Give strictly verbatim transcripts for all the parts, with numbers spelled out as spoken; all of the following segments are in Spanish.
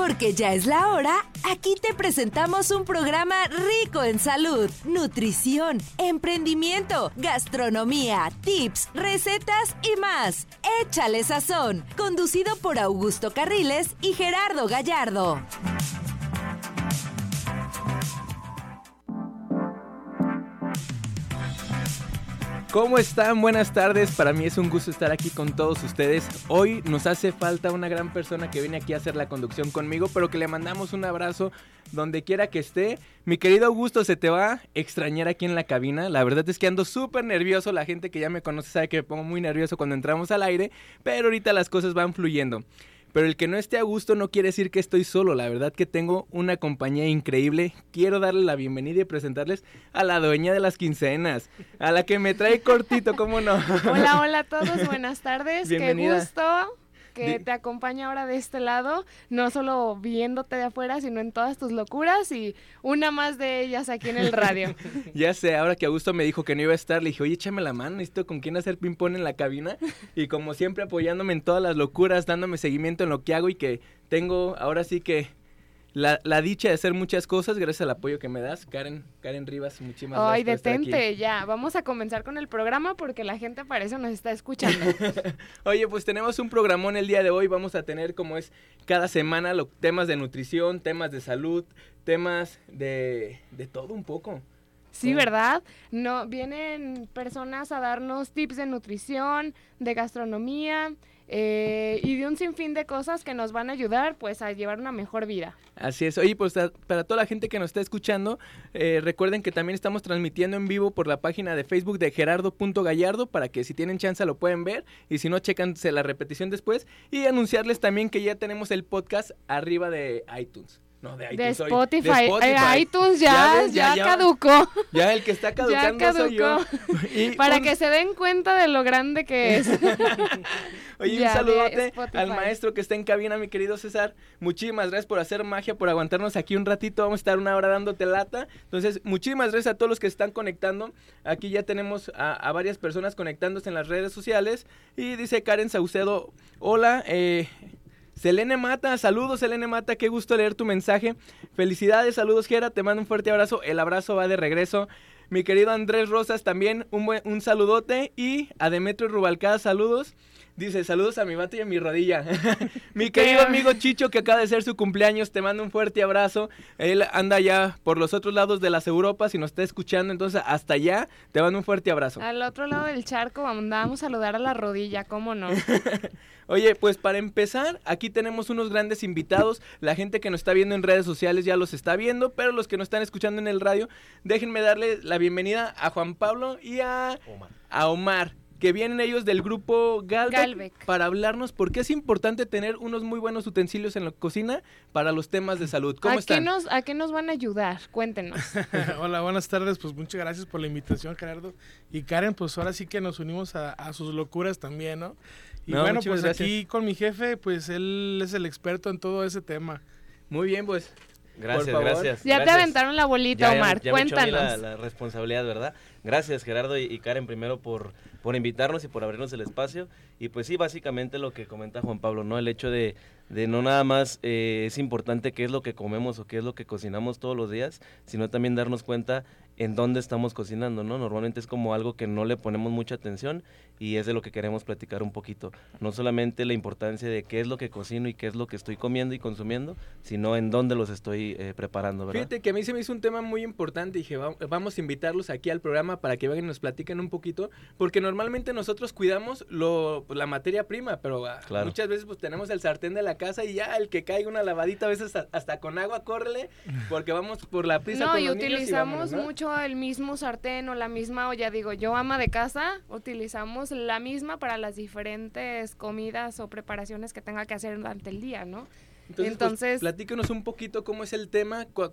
Porque ya es la hora, aquí te presentamos un programa rico en salud, nutrición, emprendimiento, gastronomía, tips, recetas y más. Échale sazón, conducido por Augusto Carriles y Gerardo Gallardo. ¿Cómo están? Buenas tardes, para mí es un gusto estar aquí con todos ustedes. Hoy nos hace falta una gran persona que viene aquí a hacer la conducción conmigo, pero que le mandamos un abrazo donde quiera que esté. Mi querido Augusto, se te va a extrañar aquí en la cabina. La verdad es que ando súper nervioso, la gente que ya me conoce sabe que me pongo muy nervioso cuando entramos al aire, pero ahorita las cosas van fluyendo. Pero el que no esté a gusto no quiere decir que estoy solo, la verdad que tengo una compañía increíble. Quiero darle la bienvenida y presentarles a la dueña de las quincenas, a la que me trae cortito, ¿cómo no? Hola, hola a todos, buenas tardes, Bienvenida. Qué gusto que te acompañe ahora de este lado, no solo viéndote de afuera, sino en todas tus locuras y una más de ellas aquí en el radio. Ya sé, ahora que Augusto me dijo que no iba a estar, le dije, oye, échame la mano, necesito con quién hacer ping-pong en la cabina, y como siempre apoyándome en todas las locuras, dándome seguimiento en lo que hago y que tengo ahora sí que la, la dicha de hacer muchas cosas gracias al apoyo que me das, Karen, Karen Rivas, muchísimas gracias. Ay, por estar aquí. detente, ya, vamos a comenzar con el programa porque la gente para eso nos está escuchando. Oye, pues tenemos un programón el día de hoy, vamos a tener como es cada semana lo, temas de nutrición, temas de salud, temas de, de todo un poco. Sí, ¿verdad? No, vienen personas a darnos tips de nutrición, de gastronomía eh, y de un sinfín de cosas que nos van a ayudar pues a llevar una mejor vida. Así es. Oye, pues a, para toda la gente que nos está escuchando, eh, recuerden que también estamos transmitiendo en vivo por la página de Facebook de Gerardo punto Gallardo para que si tienen chance lo pueden ver y si no, chécanse la repetición después, y anunciarles también que ya tenemos el podcast arriba de iTunes. No, de iTunes. De Spotify. Hoy, de Spotify. Eh, iTunes ya, ya, ves, ya, ya, ya caducó. Ya el que está caducando ya soy yo. Y Para un... que se den cuenta de lo grande que es. Oye, ya, un saludote al maestro que está en cabina, mi querido César. Muchísimas gracias por hacer magia, por aguantarnos aquí un ratito. Vamos a estar una hora dándote lata. Entonces, muchísimas gracias a todos los que se están conectando. Aquí ya tenemos a, a varias personas conectándose en las redes sociales. Y dice Karen Saucedo, hola, eh... Selene Mata, saludos Selene Mata, qué gusto leer tu mensaje. Felicidades, saludos Gera, te mando un fuerte abrazo, el abrazo va de regreso. Mi querido Andrés Rosas también, un, buen, un saludote. Y a Demetrio Rubalcaba, saludos. Dice, saludos a mi vato y a mi rodilla. Mi querido amigo Chicho, que acaba de ser su cumpleaños, te mando un fuerte abrazo. Él anda ya por los otros lados de las Europas y nos está escuchando, entonces hasta allá te mando un fuerte abrazo. Al otro lado del charco vamos a saludar a la rodilla, ¿cómo no? Oye, pues para empezar, aquí tenemos unos grandes invitados. La gente que nos está viendo en redes sociales ya los está viendo, pero los que nos están escuchando en el radio, déjenme darle la bienvenida a Juan Pablo y a Omar. A Omar. Que vienen ellos del grupo Galbec, Galbec para hablarnos por qué es importante tener unos muy buenos utensilios en la cocina para los temas de salud. ¿Cómo ¿A están? Qué nos, ¿A qué nos van a ayudar? Cuéntenos. Hola, buenas tardes, pues muchas gracias por la invitación, Gerardo. Y Karen, pues ahora sí que nos unimos a, a sus locuras también, ¿no? Y no, bueno, pues gracias. Aquí con mi jefe, pues él es el experto en todo ese tema. Muy bien, pues. Gracias, gracias. Ya gracias. te aventaron la bolita, ya, Omar, ya, ya cuéntanos. Me echó a mí la, la responsabilidad, ¿verdad? Gracias, Gerardo y, y Karen, primero por, por invitarnos y por abrirnos el espacio. Y pues sí, básicamente lo que comenta Juan Pablo, ¿no? El hecho de, de no nada más eh, es importante qué es lo que comemos o qué es lo que cocinamos todos los días, sino también darnos cuenta en dónde estamos cocinando, ¿no? Normalmente es como algo que no le ponemos mucha atención y es de lo que queremos platicar un poquito. No solamente la importancia de qué es lo que cocino y qué es lo que estoy comiendo y consumiendo, sino en dónde los estoy eh, preparando, ¿verdad? Fíjate que a mí se me hizo un tema muy importante y dije, vamos a invitarlos aquí al programa para que vengan y nos platiquen un poquito, porque normalmente nosotros cuidamos lo, pues, la materia prima, pero claro, muchas veces pues tenemos el sartén de la casa y ya el que caiga una lavadita a veces hasta, hasta con agua, córrele, porque vamos por la prisa no, con y los niños y utilizamos vámonos, ¿no? mucho el mismo sartén o la misma olla, digo, yo ama de casa, utilizamos la misma para las diferentes comidas o preparaciones que tenga que hacer durante el día, ¿no? Entonces, Entonces pues, platícanos un poquito cómo es el tema,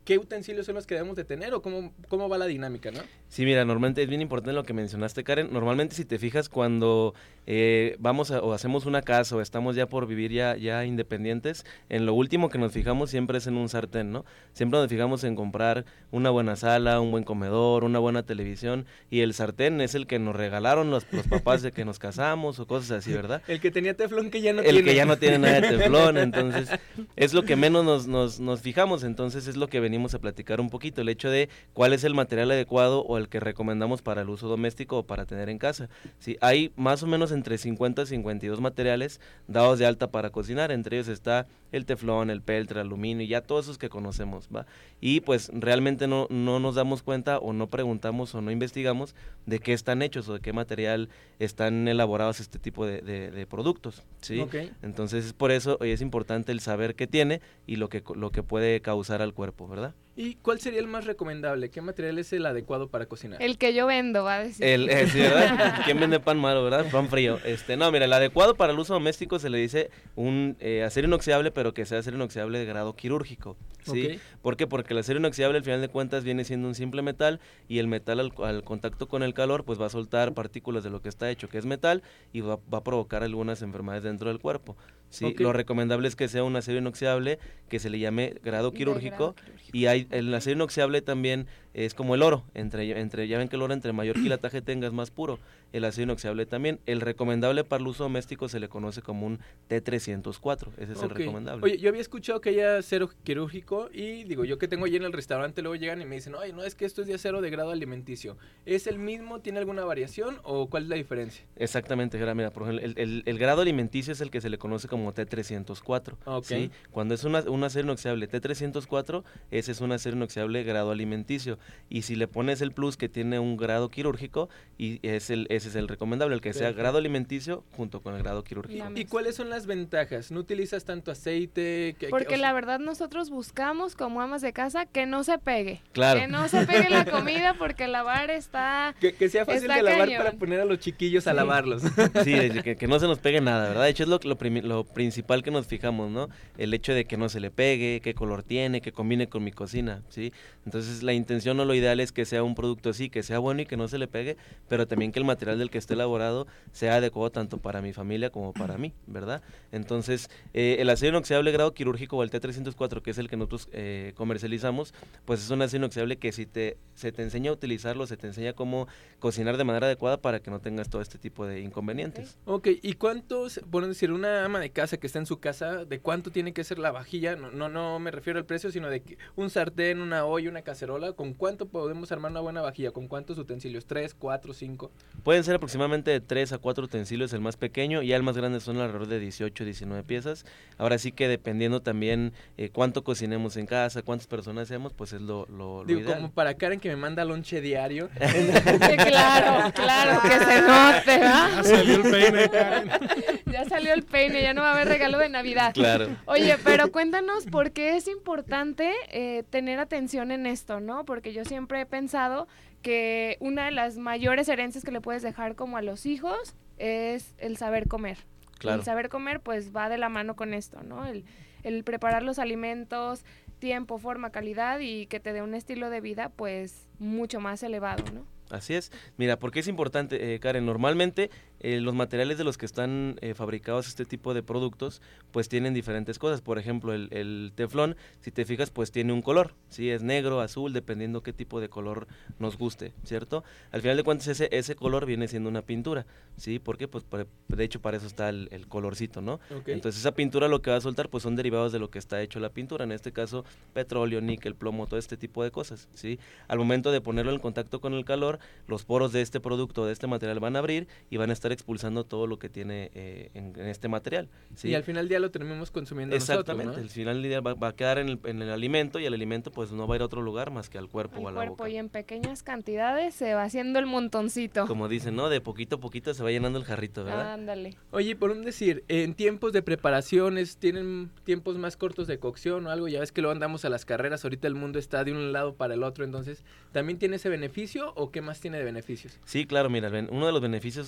qué utensilios son los que debemos de tener o cómo, cómo va la dinámica, ¿no? Sí, mira, normalmente es bien importante lo que mencionaste, Karen. Normalmente, si te fijas, cuando eh, vamos a, o hacemos una casa o estamos ya por vivir ya, ya independientes, en lo último que nos fijamos siempre es en un sartén, ¿no? Siempre nos fijamos en comprar una buena sala, un buen comedor, una buena televisión, y el sartén es el que nos regalaron los, los papás de que nos casamos o cosas así, ¿verdad? El que tenía teflón que ya no el tiene. El que ya no tiene nada de teflón, entonces es lo que menos nos, nos, nos fijamos, entonces es lo que venimos a platicar un poquito, el hecho de cuál es el material adecuado o el que recomendamos para el uso doméstico o para tener en casa. Sí, hay más o menos entre cincuenta y cincuenta y dos materiales dados de alta para cocinar, entre ellos está el teflón, el peltre, el aluminio, y ya todos esos que conocemos, ¿va? Y pues realmente no, no nos damos cuenta o no preguntamos o no investigamos de qué están hechos o de qué material están elaborados este tipo de, de, de productos, ¿sí? Okay. Entonces es por eso hoy es importante el saber qué tiene y lo que, lo que puede causar al cuerpo, ¿verdad? ¿Y cuál sería el más recomendable? ¿Qué material es el adecuado para cocinar? El que yo vendo, va a decir. El, eh, sí, ¿verdad? ¿Quién vende pan malo, verdad? Pan frío. Este, no, mira, el adecuado para el uso doméstico se le dice un eh, acero inoxidable, pero que sea acero inoxidable de grado quirúrgico, ¿sí? Okay. ¿Por qué? Porque el acero inoxidable al final de cuentas viene siendo un simple metal y el metal al, al contacto con el calor pues va a soltar partículas de lo que está hecho, que es metal, y va, va a provocar algunas enfermedades dentro del cuerpo. Sí, okay. Lo recomendable es que sea un acero inoxidable que se le llame grado quirúrgico, grado quirúrgico. Y hay el acero inoxidable también es como el oro, entre, entre ya ven que el oro entre mayor quilataje tenga es más puro, el acero inoxidable también. El recomendable para el uso doméstico se le conoce como un T trescientos cuatro, ese es okay. el recomendable. Oye, yo había escuchado que hay acero quirúrgico y digo, yo que tengo allí en el restaurante, luego llegan y me dicen, oye, no, es que esto es de acero de grado alimenticio. ¿Es el mismo? ¿Tiene alguna variación o cuál es la diferencia? Exactamente, mira, por ejemplo, el, el, el grado alimenticio es el que se le conoce como T trescientos cuatro, okay. ¿sí? Cuando es una, un acero inoxidable T trescientos cuatro, ese es un acero inoxidable grado alimenticio, y si le pones el plus que tiene un grado quirúrgico, y es el, ese es el recomendable, el que sea grado alimenticio junto con el grado quirúrgico. ¿Y cuáles son las ventajas? ¿No utilizas tanto aceite? Que, Porque que, la sea... verdad nosotros buscamos como amas de casa que no se pegue, claro. que no se pegue la comida porque lavar está Que, que sea fácil de lavar cañón. Para poner a los chiquillos sí. a lavarlos. Sí, que, que no se nos pegue nada, ¿verdad? De hecho es lo, lo, prim, lo principal que nos fijamos, ¿no? El hecho de que no se le pegue, qué color tiene, que combine con mi cocina, ¿sí? Entonces la intención o lo ideal es que sea un producto así, que sea bueno y que no se le pegue, pero también que el material del que esté elaborado sea adecuado tanto para mi familia como para mí, ¿verdad? Entonces, eh, el acero inoxidable grado quirúrgico o el T trescientos cuatro, que es el que nosotros eh, comercializamos, pues es un acero inoxidable que si te, se te enseña a utilizarlo, se te enseña cómo cocinar de manera adecuada para que no tengas todo este tipo de inconvenientes. Ok, ¿y cuántos, por decir, una ama de casa que está en su casa, de cuánto tiene que ser la vajilla? No, no, no me refiero al precio, sino de que un sartén, una olla, una cacerola, ¿con cuánto podemos armar una buena vajilla? ¿Con cuántos utensilios? ¿Tres, cuatro, cinco? Pueden ser aproximadamente de tres a cuatro utensilios el más pequeño, y el más grande son alrededor de dieciocho, diecinueve piezas. Ahora sí que dependiendo también eh, cuánto cocinemos en casa, cuántas personas seamos, pues es lo, lo, lo Digo, ideal. Como para Karen que me manda lonche diario. Sí, claro, claro, que se note, ¿ah? Ya salió el peine, Karen. Ya salió el peine, ya no va a haber regalo de Navidad. Claro. Oye, pero cuéntanos por qué es importante eh, tener atención en esto, ¿no? Porque yo siempre he pensado que una de las mayores herencias que le puedes dejar como a los hijos es el saber comer. Claro. El saber comer pues va de la mano con esto, ¿no? El, el preparar los alimentos, tiempo, forma, calidad, y que te dé un estilo de vida pues mucho más elevado, ¿no? Así es. Mira, ¿por qué es importante, eh, Karen? Normalmente eh, los materiales de los que están eh, fabricados este tipo de productos, pues tienen diferentes cosas. Por ejemplo, el, el teflón, si te fijas, pues tiene un color, ¿sí? Es negro, azul, dependiendo qué tipo de color nos guste, ¿cierto? Al final de cuentas, ese, ese color viene siendo una pintura, ¿sí? ¿Por qué? Pues por, de hecho para eso está el, el colorcito, ¿no? Okay. Entonces esa pintura lo que va a soltar, pues son derivados de lo que está hecho la pintura, en este caso petróleo, níquel, plomo, todo este tipo de cosas, ¿sí? Al momento de ponerlo en contacto con el calor, los poros de este producto, de este material van a abrir y van a estar expulsando todo lo que tiene eh, en, en este material, ¿sí? Y al final del día lo terminamos consumiendo Exactamente, nosotros, ¿no? Al final del día va, va a quedar en el, en el alimento, y el alimento pues no va a ir a otro lugar más que al cuerpo al o a la cuerpo, boca. Y en pequeñas cantidades se va haciendo el montoncito. Como dicen, ¿no? De poquito a poquito se va llenando el jarrito, ¿verdad? Ándale. Oye, por un decir, en tiempos de preparaciones, ¿tienen tiempos más cortos de cocción o algo? Ya ves que luego andamos a las carreras, ahorita el mundo está de un lado para el otro, entonces, ¿también tiene ese beneficio o qué más tiene de beneficios? Sí, claro, mira, uno de los beneficios o las grandes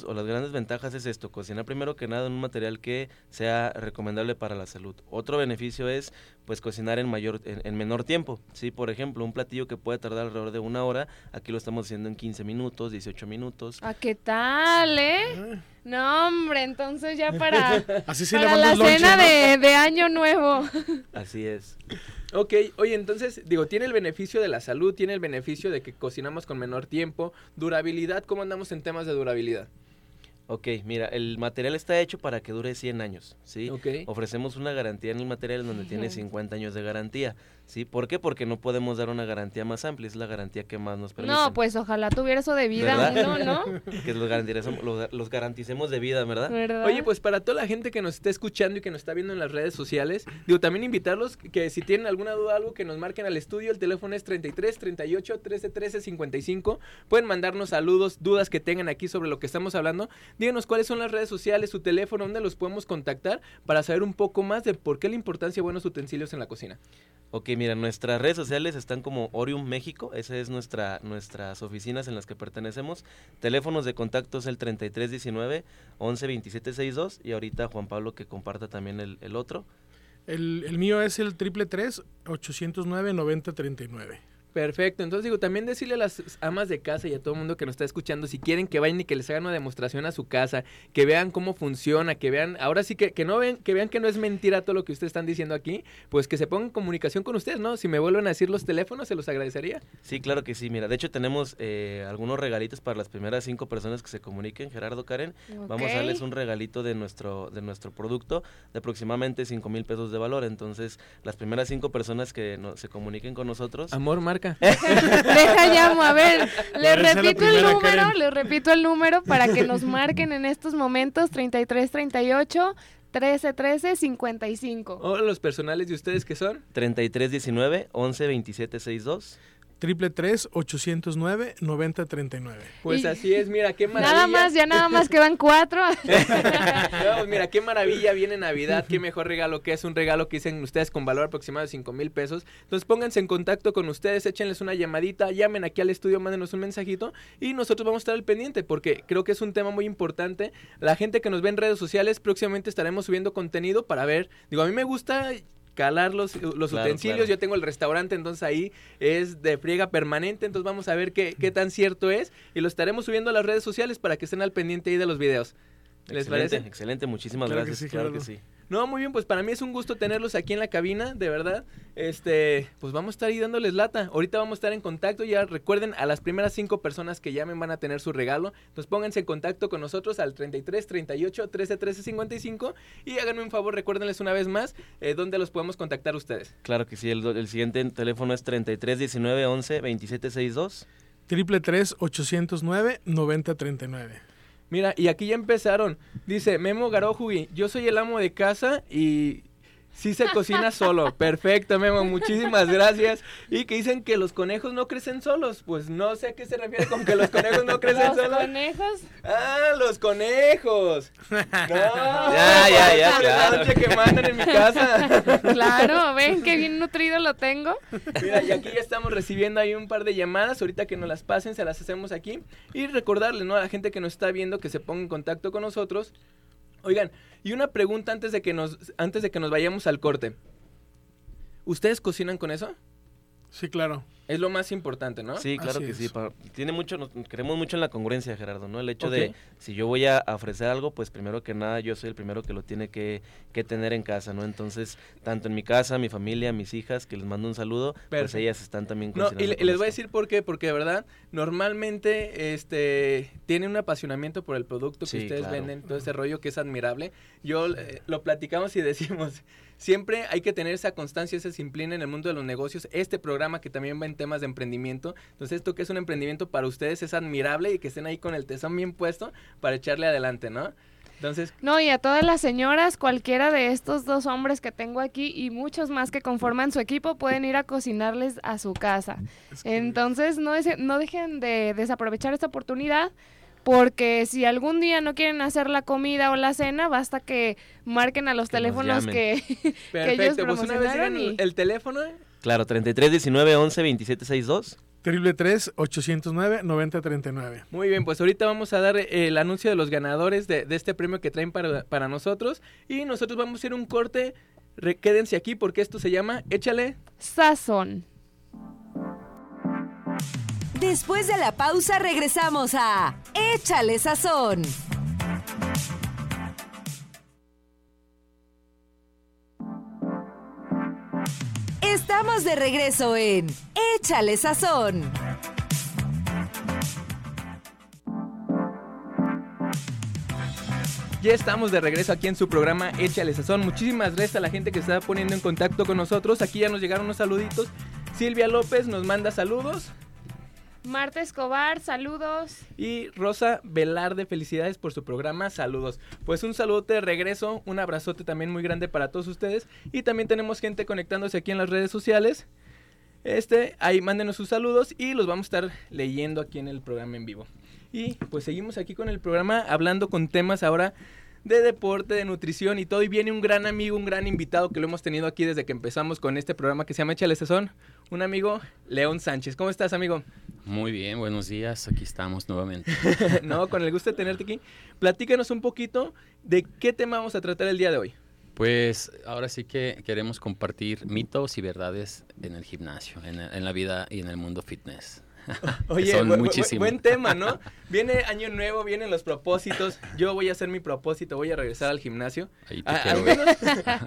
grandes ventajas es esto, cocinar primero que nada en un material que sea recomendable para la salud. Otro beneficio es pues cocinar en mayor en, en menor tiempo, ¿sí? Por ejemplo, un platillo que puede tardar alrededor de una hora, aquí lo estamos haciendo en quince minutos, dieciocho minutos. ¿A qué tal, eh? No, hombre, entonces ya para, Así sí para la lonche, cena ¿no? de, de año nuevo. Así es. Ok, oye, entonces, digo, tiene el beneficio de la salud, tiene el beneficio de que cocinamos con menor tiempo, durabilidad, ¿cómo andamos en temas de durabilidad? Ok, mira, el material está hecho para que dure cien años, ¿sí? Okay. Ofrecemos una garantía en el material donde tiene cincuenta años de garantía, ¿sí? ¿Por qué? Porque no podemos dar una garantía más amplia, es la garantía que más nos permite. No, pues ojalá tuviera eso de vida, ¿verdad? uno, ¿no? Que los garanticemos, los, los garanticemos de vida, ¿verdad? ¿Verdad? Oye, pues para toda la gente que nos está escuchando y que nos está viendo en las redes sociales, digo, también invitarlos que si tienen alguna duda, algo que nos marquen al estudio, el teléfono es treinta y tres, treinta y ocho, trece, trece, cincuenta y cinco, pueden mandarnos saludos, dudas que tengan aquí sobre lo que estamos hablando, díganos cuáles son las redes sociales, su teléfono, dónde los podemos contactar para saber un poco más de por qué la importancia de buenos utensilios en la cocina. Ok, mira, nuestras redes sociales están como Orium México, esa es nuestra nuestras oficinas en las que pertenecemos. Teléfonos de contacto es el treinta y tres diecinueve, once veintisiete sesenta y dos y ahorita Juan Pablo que comparta también el, el otro. El, el mío es el triple tres, ochocientos nueve, noventa treinta y nueve. Perfecto, entonces digo, también decirle a las amas de casa y a todo el mundo que nos está escuchando, si quieren que vayan y que les hagan una demostración a su casa, que vean cómo funciona, que vean, ahora sí que, que no ven, que vean que no es mentira todo lo que ustedes están diciendo aquí, pues que se pongan en comunicación con ustedes, ¿no? Si me vuelven a decir los teléfonos, se los agradecería. Sí, claro que sí, mira, de hecho tenemos eh, algunos regalitos para las primeras cinco personas que se comuniquen, Gerardo, Karen, Okay. vamos a darles un regalito de nuestro de nuestro producto de aproximadamente cinco mil pesos de valor, entonces las primeras cinco personas que no, se comuniquen con nosotros. Amor, marca. Deja llamo, a ver, les Esa es la repito el primera, número, Karen. les repito el número para que nos marquen en estos momentos, treinta y tres, treinta y ocho, trece, trece, cincuenta y cinco. Hola, los personales de ustedes que son. treinta y tres diecinueve, once veintisiete sesenta y dos. Triple tres, ochocientos nueve, noventa treinta y nueve. Pues Y- así es, mira, qué maravilla. Nada más, ya nada más quedan cuatro. No, pues mira, qué maravilla, viene Navidad, qué mejor regalo que es un regalo que dicen ustedes con valor aproximado de cinco mil pesos. Entonces pónganse en contacto con ustedes, échenles una llamadita, llamen aquí al estudio, mándenos un mensajito y nosotros vamos a estar al pendiente porque creo que es un tema muy importante. La gente que nos ve en redes sociales, próximamente estaremos subiendo contenido para ver, digo, a mí me gusta calar los, los Claro, utensilios, claro. yo tengo el restaurante, entonces ahí es de friega permanente, entonces vamos a ver qué, qué tan cierto es y lo estaremos subiendo a las redes sociales para que estén al pendiente ahí de los videos. ¿Les Excelente, parece? excelente, muchísimas Claro que gracias, sí, claro que Gerardo. sí. No, muy bien, pues para mí es un gusto tenerlos aquí en la cabina, de verdad. Este, pues vamos a estar ahí dándoles lata. Ahorita vamos a estar en contacto, ya recuerden, a las primeras cinco personas que llamen van a tener su regalo. Entonces pónganse en contacto con nosotros al treinta y tres, treinta y ocho, trece, trece, cincuenta y cinco y háganme un favor, recuérdenles una vez más eh, dónde los podemos contactar ustedes. Claro que sí, el, el siguiente teléfono es treinta y tres diecinueve, once veintisiete sesenta y dos. Triple tres, ochocientos nueve, noventa treinta y nueve. Mira, y aquí ya empezaron. Dice Memo Garojugui, yo soy el amo de casa y sí se cocina solo. Perfecto, Memo, muchísimas gracias. Y que dicen que los conejos no crecen solos. Pues no sé a qué se refiere con que los conejos no crecen Los solos. conejos. ¡Ah, los conejos! No, Ya, ya, ya, esa es la claro. noche que mandan en mi casa. Claro, ven qué bien nutrido lo tengo. Mira, y aquí ya estamos recibiendo ahí un par de llamadas. Ahorita que nos las pasen, se las hacemos aquí. Y recordarle, ¿no? A la gente que nos está viendo que se ponga en contacto con nosotros. Oigan, y una pregunta antes de que nos, antes de que nos vayamos al corte. ¿Ustedes cocinan con eso? Sí, claro. Es lo más importante, ¿no? Sí, claro Así que es. sí. pa- tiene mucho, nos, creemos mucho en la congruencia, Gerardo, ¿no? El hecho Ok. de, si yo voy a, a ofrecer algo, pues primero que nada yo soy el primero que lo tiene que, que tener en casa, ¿no? Entonces, tanto en mi casa, mi familia, mis hijas, que les mando un saludo, pues Perfecto. ellas están también No, cocinando y, le- con y les voy a esto. decir por qué, porque de verdad, normalmente, este, tienen un apasionamiento por el producto que Sí, ustedes claro. venden, todo ese rollo que es admirable. Yo, eh, lo platicamos y decimos, siempre hay que tener esa constancia, esa disciplina en el mundo de los negocios. Este programa que también va en temas de emprendimiento, entonces esto que es un emprendimiento para ustedes es admirable y que estén ahí con el tesón bien puesto para echarle adelante, ¿no? Entonces, No, y a todas las señoras, cualquiera de estos dos hombres que tengo aquí y muchos más que conforman su equipo pueden ir a cocinarles a su casa. Es que- Entonces, no, dese- no dejen de desaprovechar esta oportunidad, porque si algún día no quieren hacer la comida o la cena, basta que marquen a los Que nos teléfonos llamen. que, que ellos perfecto, pues una vez promocionaron digan y... el teléfono, Claro, treinta y tres diecinueve, once veintisiete sesenta y dos. tres tres tres, ocho cero nueve, nueve cero tres nueve. Muy bien, pues ahorita vamos a dar el anuncio de los ganadores de, de este premio que traen para, para nosotros. Y nosotros vamos a hacer un corte. Re, quédense aquí porque esto se llama Échale Sazón. Después de la pausa regresamos a Échale Sazón. Estamos de regreso en Échale Sazón. Ya estamos de regreso aquí en su programa Échale Sazón. Muchísimas gracias a la gente que se está poniendo en contacto con nosotros. Aquí ya nos llegaron unos saluditos. Silvia López nos manda saludos. Marta Escobar, saludos. Y Rosa Velarde, felicidades por su programa, saludos. Pues un saludote de regreso, un abrazote también muy grande para todos ustedes. Y también tenemos gente conectándose aquí en las redes sociales. Este, ahí mándenos sus saludos y los vamos a estar leyendo aquí en el programa en vivo. Y pues seguimos aquí con el programa hablando con temas ahora de deporte, de nutrición y todo. Y viene un gran amigo, un gran invitado que lo hemos tenido aquí desde que empezamos con este programa que se llama Échale Sazón. Un amigo, León Sánchez. ¿Cómo estás, amigo? Muy bien, buenos días. Aquí estamos nuevamente. No, con el gusto de tenerte aquí. Platícanos un poquito de qué tema vamos a tratar el día de hoy. Pues ahora sí que queremos compartir mitos y verdades en el gimnasio, en, en la vida y en el mundo fitness. Oye, son bu- muchísimos. buen tema, ¿no? Viene año nuevo, vienen los propósitos. Yo voy a hacer mi propósito, voy a regresar al gimnasio. Ahí te A, quiero al ver. menos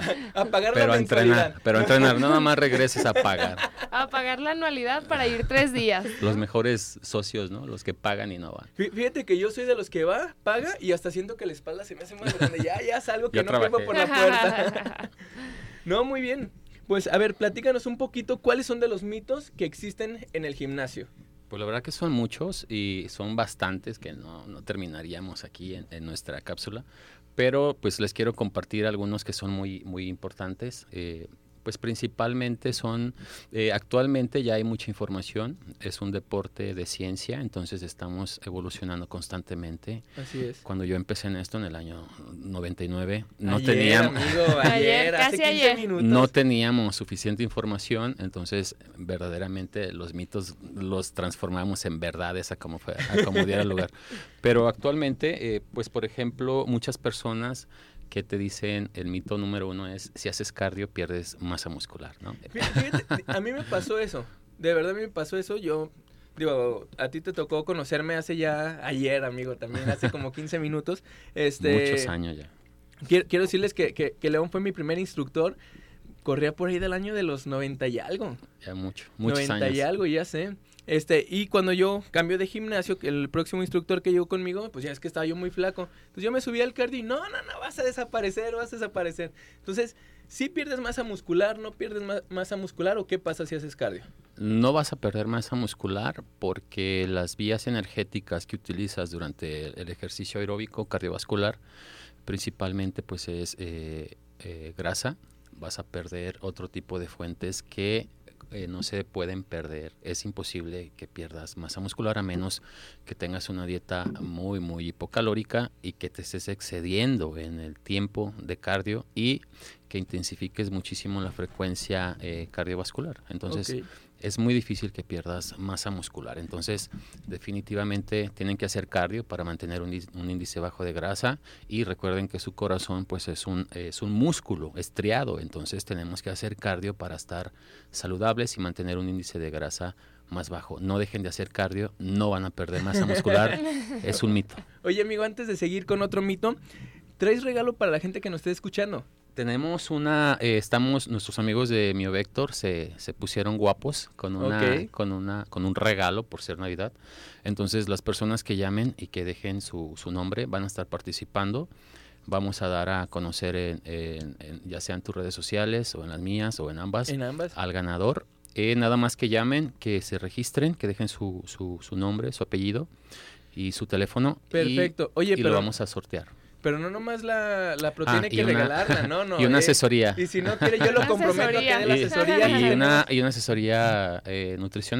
a pagar Pero la a mensualidad. entrenar, pero a entrenar, no nada más regreses a pagar. A pagar la anualidad para ir tres días. Los mejores socios, ¿no? Los que pagan y no van. Fí- Fíjate que yo soy de los que va, paga y hasta siento que la espalda se me hace más grande. Ya, ya salgo que Ya no trabajé. quepo por la puerta. No, muy bien. Pues a ver, platícanos un poquito cuáles son de los mitos que existen en el gimnasio. Pues la verdad que son muchos y son bastantes que no, no terminaríamos aquí en, en nuestra cápsula, pero pues les quiero compartir algunos que son muy, muy importantes. Eh, pues principalmente son, eh, actualmente ya hay mucha información, es un deporte de ciencia, entonces estamos evolucionando constantemente. Así es. Cuando yo empecé en esto en el año noventa y nueve, no Ayer, teníamos... amigo, ayer, Ayer, hace casi quince ayer. minutos. No teníamos suficiente información, entonces verdaderamente los mitos los transformamos en verdades a como, fue, a como diera lugar. Pero actualmente, eh, pues por ejemplo, muchas personas que te dicen, el mito número uno es, si haces cardio pierdes masa muscular, ¿no? Fíjate, a mí me pasó eso, de verdad a mí me pasó eso, yo, digo, a ti te tocó conocerme hace ya, ayer, amigo, también, hace como quince minutos. Este, Muchos años ya. Quiero, quiero decirles que, que, que León fue mi primer instructor, corría por ahí del año de los noventa y algo. Ya mucho, muchos noventa años. y algo, ya sé. Este, y cuando yo cambio de gimnasio, que el próximo instructor que llegó conmigo, pues ya es que estaba yo muy flaco. Entonces yo me subí al cardio y no, no, no, vas a desaparecer, vas a desaparecer. Entonces, ¿sí pierdes masa muscular, no pierdes ma- masa muscular o qué pasa si haces cardio? No vas a perder masa muscular porque las vías energéticas que utilizas durante el, el ejercicio aeróbico cardiovascular, principalmente pues es eh, eh, grasa. Vas a perder otro tipo de fuentes que eh, no se pueden perder. Es imposible que pierdas masa muscular a menos que tengas una dieta muy, muy hipocalórica y que te estés excediendo en el tiempo de cardio y que intensifiques muchísimo la frecuencia eh, cardiovascular. Entonces, Ok. es muy difícil que pierdas masa muscular. Entonces, definitivamente tienen que hacer cardio para mantener un, un índice bajo de grasa y recuerden que su corazón pues es un, es un músculo estriado. Entonces, tenemos que hacer cardio para estar saludables y mantener un índice de grasa más bajo. No dejen de hacer cardio, no van a perder masa muscular. Es un mito. Oye, amigo, antes de seguir con otro mito, ¿traes regalo para la gente que nos esté escuchando? Tenemos una, eh, estamos, nuestros amigos de Miovector se, se pusieron guapos con una, Ok. con una, con un regalo por ser Navidad. Entonces las personas que llamen y que dejen su, su nombre van a estar participando. Vamos a dar a conocer en, en, en, ya sea en tus redes sociales o en las mías o en ambas, En ambas. al ganador. Eh, nada más que llamen, que se registren, que dejen su, su, su nombre, su apellido y su teléfono. y- Perfecto. Oye, y pero, lo vamos a sortear. pero no nomás la, la proteína Ah, hay y que una- regalarla, no, no. y una eh. asesoría. Y si no quiere, yo lo Una comprometo a que dé la asesoría. asesoría. Y que una, no. y una asesoría eh, nutricional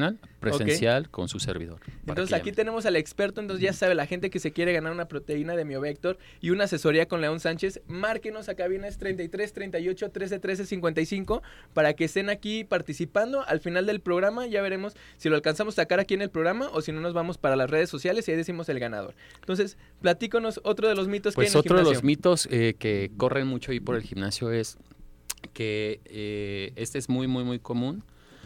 presencial okay. con su servidor. Entonces aquí tenemos al experto, entonces ya sabe, la gente que se quiere ganar una proteína de Miovector y una asesoría con León Sánchez, márquenos a cabinas treinta y tres, treinta y ocho, trece, trece, cincuenta y cinco para que estén aquí participando. Al final del programa ya veremos si lo alcanzamos a sacar aquí en el programa o si no nos vamos para las redes sociales y ahí decimos el ganador. Entonces, platícanos otro de los mitos pues que hay en el otro gimnasio. de los mitos eh, que corren mucho ahí por el gimnasio es que eh, este es muy, muy, muy común,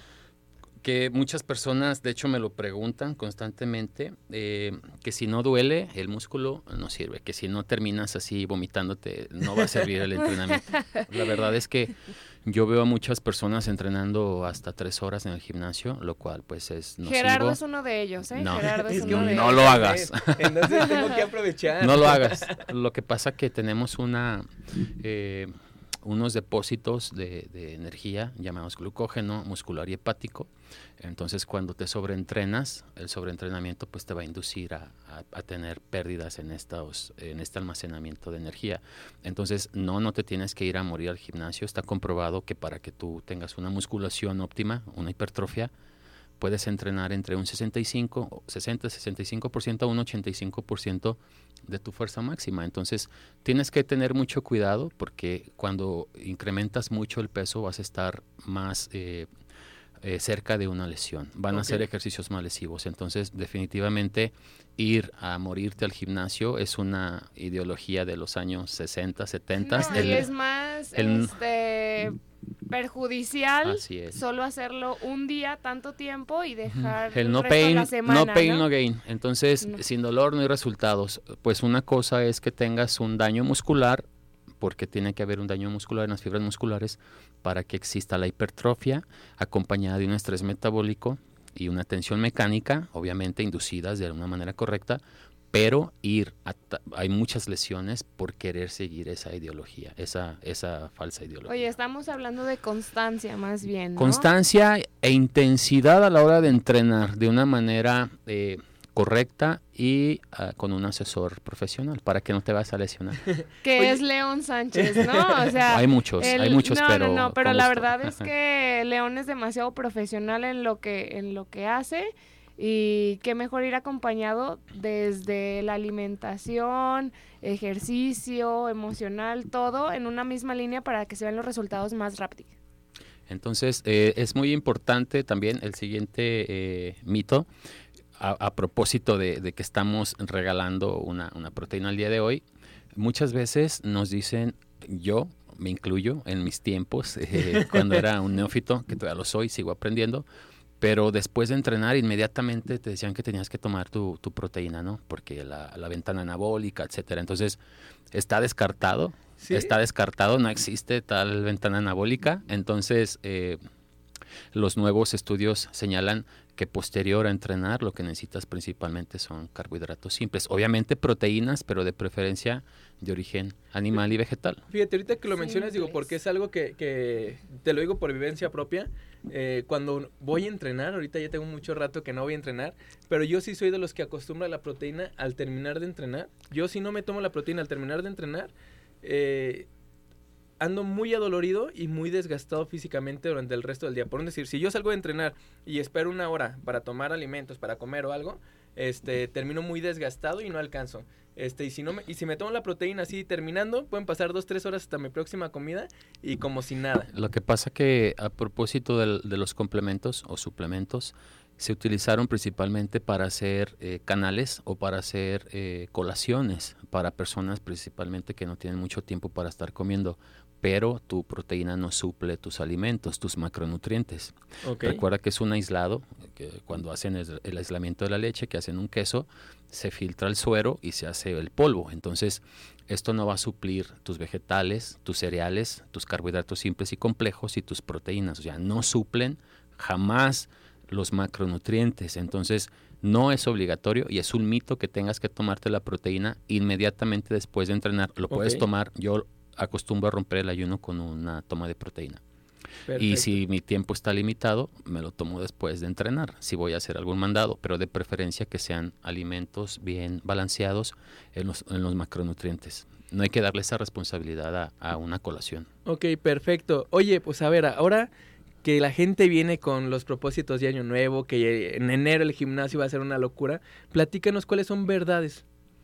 que muchas personas, de hecho, me lo preguntan constantemente, eh, que si no duele el músculo no sirve, que si no terminas así vomitándote no va a servir el entrenamiento. La verdad es que yo veo a muchas personas entrenando hasta tres horas en el gimnasio, lo cual pues es nocivo. Gerardo es uno de ellos, ¿eh? No, Gerardo es es que uno de no ellos. lo hagas. Entonces tengo que aprovechar. No lo hagas. Lo que pasa que tenemos una... Eh, unos depósitos de, de energía llamados glucógeno muscular y hepático. Entonces, cuando te sobreentrenas, el sobreentrenamiento pues te va a inducir a, a, a tener pérdidas en estos, en este almacenamiento de energía. Entonces, no, no te tienes que ir a morir al gimnasio. Está comprobado que para que tú tengas una musculación óptima, una hipertrofia, puedes entrenar entre un sesenta y cinco, sesenta, sesenta y cinco por ciento a un ochenta y cinco por ciento de tu fuerza máxima. Entonces, tienes que tener mucho cuidado porque cuando incrementas mucho el peso vas a estar más eh, eh, cerca de una lesión. Van okay. a ser ejercicios más lesivos. Entonces, definitivamente, ir a morirte al gimnasio es una ideología de los años sesenta, setenta. No, el, y es más... El, este... perjudicial es. Solo hacerlo un día tanto tiempo y dejar el no el pain, la semana, no pain, ¿no? no gain. Entonces, no. sin dolor no hay resultados. Pues una cosa es que tengas un daño muscular, porque tiene que haber un daño muscular en las fibras musculares para que exista la hipertrofia, acompañada de un estrés metabólico y una tensión mecánica, obviamente inducidas de una manera correcta, pero ir a hay muchas lesiones por querer seguir esa ideología, esa esa falsa ideología. Oye, estamos hablando de constancia más bien, ¿no? Constancia e intensidad a la hora de entrenar de una manera eh, correcta y uh, con un asesor profesional para que no te vas a lesionar. Que Oye. es León Sánchez, ¿no? O sea, hay muchos, el, hay muchos, no, pero no, no, pero la verdad es que León es demasiado profesional en lo que en lo que hace. Y qué mejor ir acompañado desde la alimentación, ejercicio, emocional, todo en una misma línea para que se vean los resultados más rápido. Entonces, eh, es muy importante también el siguiente eh, mito, a, a propósito de, de que estamos regalando una, una proteína el día de hoy. Muchas veces nos dicen, yo me incluyo en mis tiempos, eh, cuando era un neófito, que todavía lo soy, sigo aprendiendo, pero después de entrenar inmediatamente te decían que tenías que tomar tu, tu proteína, ¿no? Porque la, la ventana anabólica, etcétera. Entonces, está descartado, ¿sí? Está descartado, no existe tal ventana anabólica. Entonces, eh, los nuevos estudios señalan que posterior a entrenar lo que necesitas principalmente son carbohidratos simples. Obviamente proteínas, pero de preferencia de origen animal y vegetal. Fíjate, ahorita que lo mencionas, digo, porque es algo que, que te lo digo por vivencia propia. Eh, cuando voy a entrenar, ahorita ya tengo mucho rato que no voy a entrenar, pero yo sí soy de los que acostumbra la proteína al terminar de entrenar. Yo si no me tomo la proteína al terminar de entrenar, eh, ando muy adolorido y muy desgastado físicamente durante el resto del día. Por decir, si yo salgo de entrenar y espero una hora para tomar alimentos, para comer o algo, este, termino muy desgastado y no alcanzo. Este, y si no me, y si me tomo la proteína así terminando, pueden pasar dos, tres horas hasta mi próxima comida y como si nada. Lo que pasa que a propósito del, de los complementos o suplementos, se utilizaron principalmente para hacer eh, canales o para hacer eh, colaciones para personas principalmente que no tienen mucho tiempo para estar comiendo. Pero tu proteína no suple tus alimentos, tus macronutrientes. Okay. Recuerda que es un aislado, que cuando hacen el, el aislamiento de la leche, que hacen un queso, se filtra el suero y se hace el polvo. Entonces, esto no va a suplir tus vegetales, tus cereales, tus carbohidratos simples y complejos y tus proteínas. O sea, no suplen jamás los macronutrientes. Entonces, no es obligatorio y es un mito que tengas que tomarte la proteína inmediatamente después de entrenar. Lo puedes okay. tomar, yo acostumbro a romper el ayuno con una toma de proteína. Perfecto. Y si mi tiempo está limitado, me lo tomo después de entrenar, si voy a hacer algún mandado, pero de preferencia que sean alimentos bien balanceados en los, en los macronutrientes. No hay que darle esa responsabilidad a, a una colación. Ok, perfecto. Oye, pues a ver, ahora, que la gente viene con los propósitos de Año Nuevo, que en enero el gimnasio va a ser una locura. Platícanos cuáles son verdades.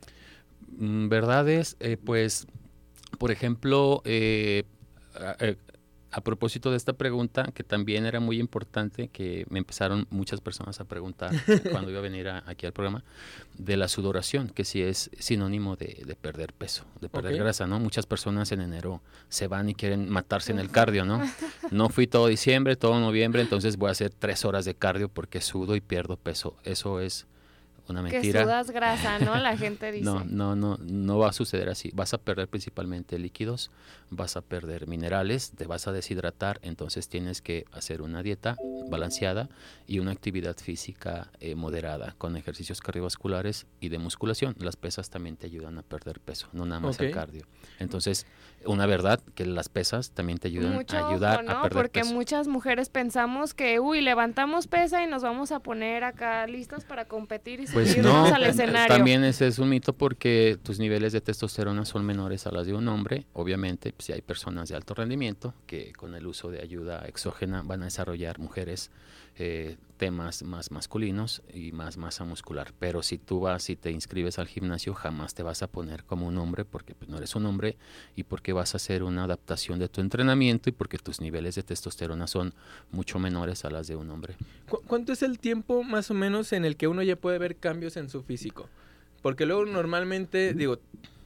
Mm, verdades, eh, pues, por ejemplo, eh, eh, a propósito de esta pregunta, que también era muy importante, que me empezaron muchas personas a preguntar cuando iba a venir a, aquí al programa, de la sudoración, que sí es sinónimo de, de perder peso, de perder okay. grasa, ¿no? Muchas personas en enero se van y quieren matarse en el cardio, ¿no? No fui todo diciembre, todo noviembre, entonces voy a hacer tres horas de cardio porque sudo y pierdo peso. Eso es una mentira. Que sudas grasa, ¿no? La gente dice. No, no, no, no va a suceder así. Vas a perder principalmente líquidos, vas a perder minerales, te vas a deshidratar, entonces tienes que hacer una dieta balanceada y una actividad física eh, moderada, con ejercicios cardiovasculares y de musculación. Las pesas también te ayudan a perder peso, no nada más okay. el cardio. Entonces, una verdad, que las pesas también te ayudan Mucho a ayudar ojo, ¿no? a perder Porque peso. Porque muchas mujeres pensamos que, uy, levantamos pesa y nos vamos a poner acá listas para competir y Pues subirnos no, al escenario. También ese es un mito porque tus niveles de testosterona son menores a las de un hombre. Obviamente, pues, si hay personas de alto rendimiento que con el uso de ayuda exógena van a desarrollar mujeres eh, temas más masculinos y más masa muscular. Pero si tú vas y te inscribes al gimnasio, jamás te vas a poner como un hombre porque pues, no eres un hombre y porque vas a hacer una adaptación de tu entrenamiento y porque tus niveles de testosterona son mucho menores a las de un hombre. ¿Cu- ¿Cuánto es el tiempo más o menos en el que uno ya puede ver cambios en su físico? Porque luego normalmente, digo,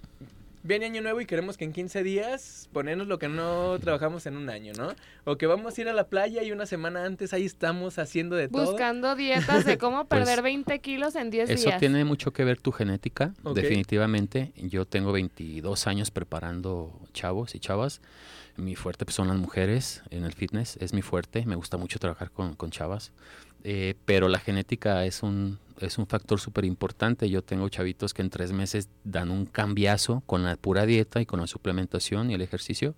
viene Año Nuevo y queremos que en quince días ponernos lo que no trabajamos en un año, ¿no? O que vamos a ir a la playa y una semana antes ahí estamos haciendo de todo. Buscando dietas de cómo Pues, perder veinte kilos en diez Eso días. tiene mucho que ver tu genética, Okay. definitivamente. Yo tengo veintidós años preparando chavos y chavas. Mi fuerte pues, son las mujeres en el fitness, es mi fuerte. Me gusta mucho trabajar con, con chavas. Eh, pero la genética es un, es un factor súper importante. Yo tengo chavitos que en tres meses dan un cambiazo con la pura dieta y con la suplementación y el ejercicio.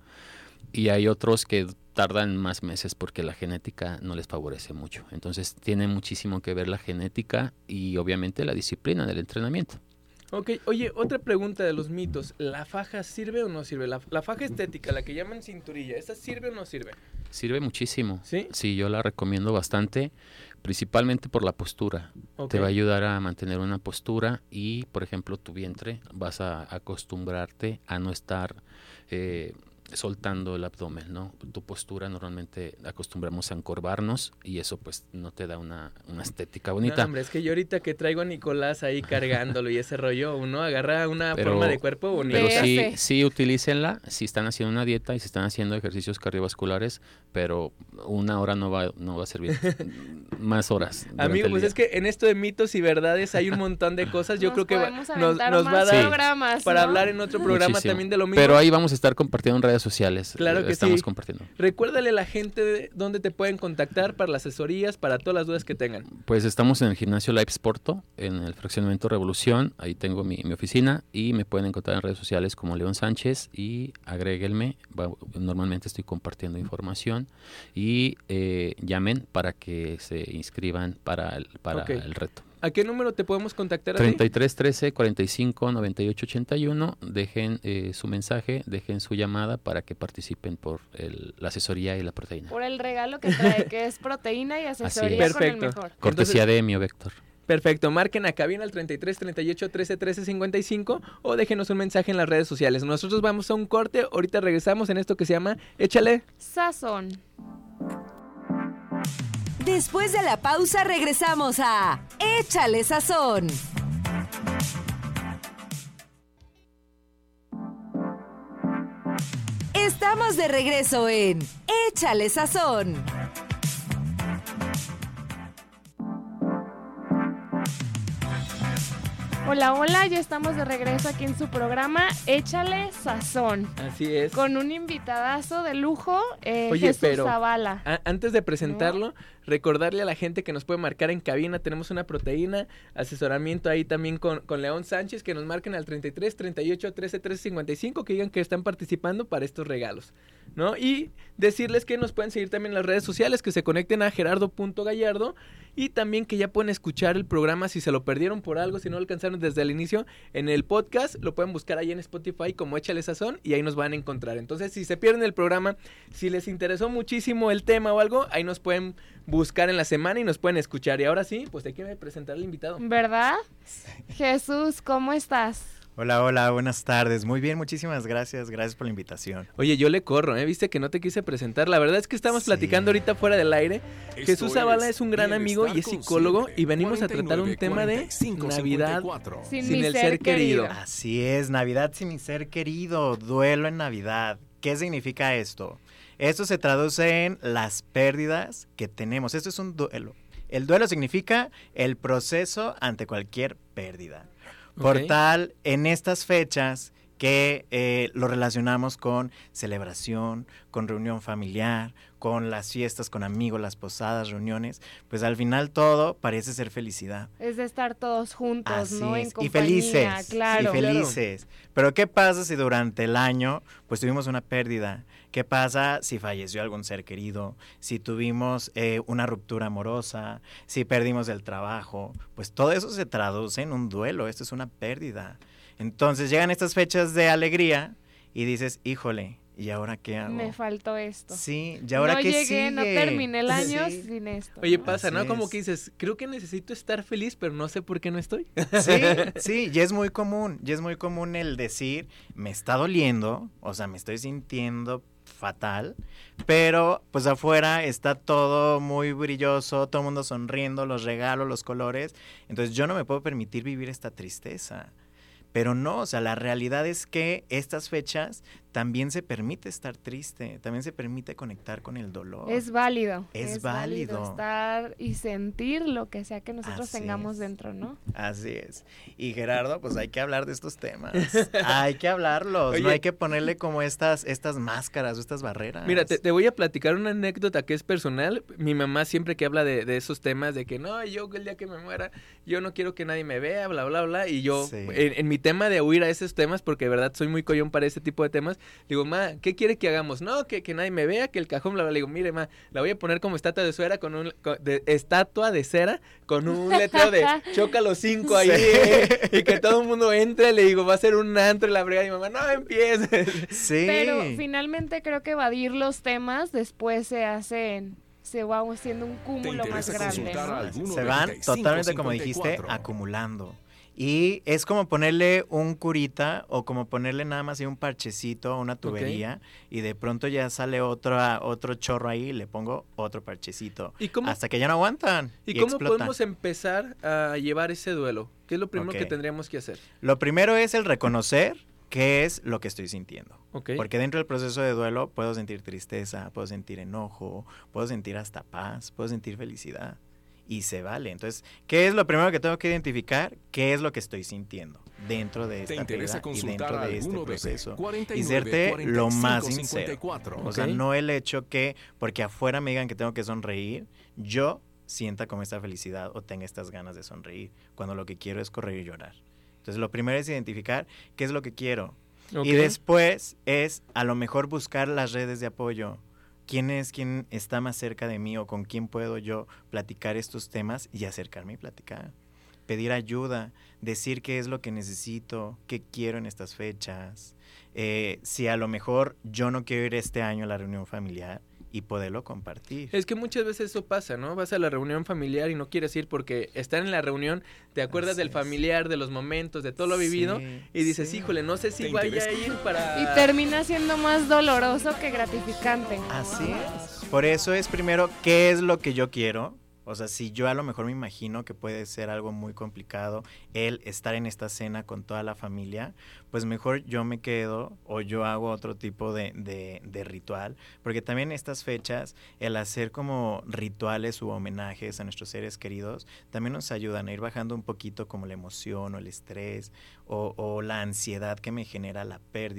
Y hay otros que tardan más meses porque la genética no les favorece mucho. Entonces tiene muchísimo que ver la genética y obviamente la disciplina del entrenamiento. Ok, oye, otra pregunta de los mitos. ¿La faja sirve o no sirve? La, la faja estética, la que llaman cinturilla, ¿esa sirve o no sirve? Sirve muchísimo. ¿Sí? Sí, yo la recomiendo bastante, principalmente por la postura. Okay. Te va a ayudar a mantener una postura y, por ejemplo, tu vientre, vas a acostumbrarte a no estar eh, soltando el abdomen, ¿no? Tu postura normalmente acostumbramos a encorvarnos y eso pues no te da una, una estética bonita. No, hombre, es que yo ahorita que traigo a Nicolás ahí cargándolo y ese rollo, uno agarra una pero, forma de cuerpo bonita. Pero sí, sí utilícenla si están haciendo una dieta y si están haciendo ejercicios cardiovasculares, pero una hora no va, no va a servir. Más horas. Amigo, pues día. Es que en esto de mitos y verdades hay un montón de cosas. Yo nos creo que va, nos, nos va a dar programas, para ¿no? hablar en otro programa Muchísimo. También de lo mismo. Pero ahí vamos a estar compartiendo en redes sociales. Claro que Estamos sí. compartiendo. Recuérdale a la gente dónde te pueden contactar para las asesorías, para todas las dudas que tengan. Pues estamos en el gimnasio Live Sporto, en el fraccionamiento Revolución. Ahí tengo mi, mi oficina y me pueden encontrar en redes sociales como León Sánchez y agréguenme. Va, normalmente estoy compartiendo información y eh, llamen para que se inscriban para el, para Okay. el reto. ¿A qué número te podemos contactar? treinta y tres trece cuarenta y cinco noventa y ocho ochenta y uno. Dejen eh, su mensaje, dejen su llamada para que participen por el, la asesoría y la proteína. Por el regalo que trae, que es proteína y asesoría es. con el Perfecto. mejor. Cortesía Entonces, de Miovector. Perfecto, marquen a cabina al treinta y tres treinta y ocho trece trece cincuenta y cinco o déjenos un mensaje en las redes sociales. Nosotros vamos a un corte, ahorita regresamos en esto que se llama Échale Sazón. Después de la pausa regresamos a Échale Sazón. Estamos de regreso en Échale Sazón. Hola, hola, ya estamos de regreso aquí en su programa Échale Sazón. Así es. Con un invitadazo de lujo, eh, Oye, Jesús pero Zavala. a- antes de presentarlo, ¿no? Recordarle a la gente que nos puede marcar en cabina. Tenemos una proteína, asesoramiento ahí también con, con León Sánchez, que nos marquen al treinta y tres treinta y ocho trece trece cincuenta y cinco, que digan que están participando para estos regalos. ¿no? Y decirles que nos pueden seguir también en las redes sociales, que se conecten a gerardo punto gallardo y también que ya pueden escuchar el programa si se lo perdieron por algo, si no lo alcanzaron desde el inicio, en el podcast, lo pueden buscar ahí en Spotify como Échale Sazón y ahí nos van a encontrar. Entonces, si se pierden el programa, si les interesó muchísimo el tema o algo, ahí nos pueden buscar en la semana y nos pueden escuchar. Y ahora sí, pues hay que presentar al invitado. ¿Verdad? Jesús, ¿cómo estás? Hola, hola, buenas tardes. Muy bien, muchísimas gracias. Gracias por la invitación. Oye, yo le corro, ¿eh? Viste que no te quise presentar. La verdad es que estamos sí. platicando ahorita fuera del aire. Esto Jesús Zavala es un gran amigo y es psicólogo y venimos a tratar un tema de Navidad sin, sin mi el ser, ser querido. querido. Así es, Navidad sin mi ser querido, duelo en Navidad. ¿Qué significa esto? Esto se traduce en las pérdidas que tenemos. Esto es un duelo. El duelo significa el proceso ante cualquier pérdida. Por okay. tal, en estas fechas que eh, lo relacionamos con celebración, con reunión familiar, con las fiestas, con amigos, las posadas, reuniones, pues al final todo parece ser felicidad. Es de estar todos juntos, Así ¿no? Es. En compañía, y felices, claro. y felices. Claro. Pero ¿qué pasa si durante el año pues tuvimos una pérdida? ¿Qué pasa si falleció algún ser querido? Si tuvimos eh, una ruptura amorosa, si perdimos el trabajo, pues todo eso se traduce en un duelo, esto es una pérdida. Entonces llegan estas fechas de alegría y dices, híjole, ¿y ahora qué hago? Me faltó esto. Sí, ¿y ahora no qué llegué, sigue? No terminé el año sí. sin esto. Oye, pasa, Así ¿no? es. Como que dices, creo que necesito estar feliz, pero no sé por qué no estoy. Sí, sí, y es muy común, y es muy común el decir, me está doliendo, o sea, me estoy sintiendo fatal, pero pues afuera está todo muy brilloso, todo el mundo sonriendo, los regalos, los colores, entonces yo no me puedo permitir vivir esta tristeza. Pero no, o sea, la realidad es que estas fechas también se permite estar triste, también se permite conectar con el dolor. Es válido. Es, es válido. válido estar y sentir lo que sea que nosotros Así tengamos es. dentro, ¿no? Así es. Y Gerardo, pues hay que hablar de estos temas. Hay que hablarlos, Oye, no hay que ponerle como estas, estas máscaras o estas barreras. Mira, te, te voy a platicar una anécdota que es personal. Mi mamá siempre que habla de, de esos temas, de que no, yo el día que me muera, yo no quiero que nadie me vea, bla, bla, bla. Y yo, Sí. en, en mi tema de huir a esos temas, porque de verdad soy muy collón para ese tipo de temas, digo, ma, ¿qué quiere que hagamos? No, que, que nadie me vea, que el cajón, bla, bla. Le digo, mire, ma, la voy a poner como estatua de cera con un, con, de, estatua de cera con un letrero de choca los cinco ahí, Sí. eh, y que todo el mundo entre. Le digo, va a ser un antro y la brega. Y mi mamá, no empieces. Sí. Pero finalmente creo que evadir los temas después se hacen, se va haciendo un cúmulo más grande, ¿no? Se van totalmente, como dijiste, acumulando. Y es como ponerle un curita o como ponerle nada más así un parchecito a una tubería, okay. Y de pronto ya sale otro, otro chorro ahí y le pongo otro parchecito. ¿Y cómo, hasta que ya no aguantan. ¿Y, y cómo explotan. podemos empezar a llevar ese duelo? ¿Qué es lo primero okay. que tendríamos que hacer? Lo primero es el reconocer qué es lo que estoy sintiendo. Okay. Porque dentro del proceso de duelo puedo sentir tristeza, puedo sentir enojo, puedo sentir hasta paz, puedo sentir felicidad. Y se vale. Entonces, ¿qué es lo primero que tengo que identificar? ¿Qué es lo que estoy sintiendo dentro de esta pérdida y dentro de este proceso? Y serte lo más sincero. Okay. O sea, no el hecho que, porque afuera me digan que tengo que sonreír, yo sienta como esta felicidad o tenga estas ganas de sonreír, cuando lo que quiero es correr y llorar. Entonces, lo primero es identificar qué es lo que quiero. Okay. Y después es, a lo mejor, buscar las redes de apoyo. ¿Quién es quien está más cerca de mí o con quién puedo yo platicar estos temas y acercarme y platicar? Pedir ayuda, decir qué es lo que necesito, qué quiero en estas fechas. Eh, si a lo mejor yo no quiero ir este año a la reunión familiar y poderlo compartir. Es que muchas veces eso pasa, ¿no? Vas a la reunión familiar y no quieres ir porque estar en la reunión, te acuerdas Así del familiar, es. de los momentos, de todo lo vivido, sí, y dices, sí. híjole, no sé si vaya a ir para... Y termina siendo más doloroso que gratificante. Así es. Por eso es primero, ¿qué es lo que yo quiero? O sea, si yo a lo mejor me imagino que puede ser algo muy complicado el estar en esta cena con toda la familia, pues mejor yo me quedo o yo hago otro tipo de, de, de ritual, porque también estas fechas, el hacer como rituales u homenajes a nuestros seres queridos, también nos ayudan a ir bajando un poquito como la emoción o el estrés o, o la ansiedad que me genera la pérdida.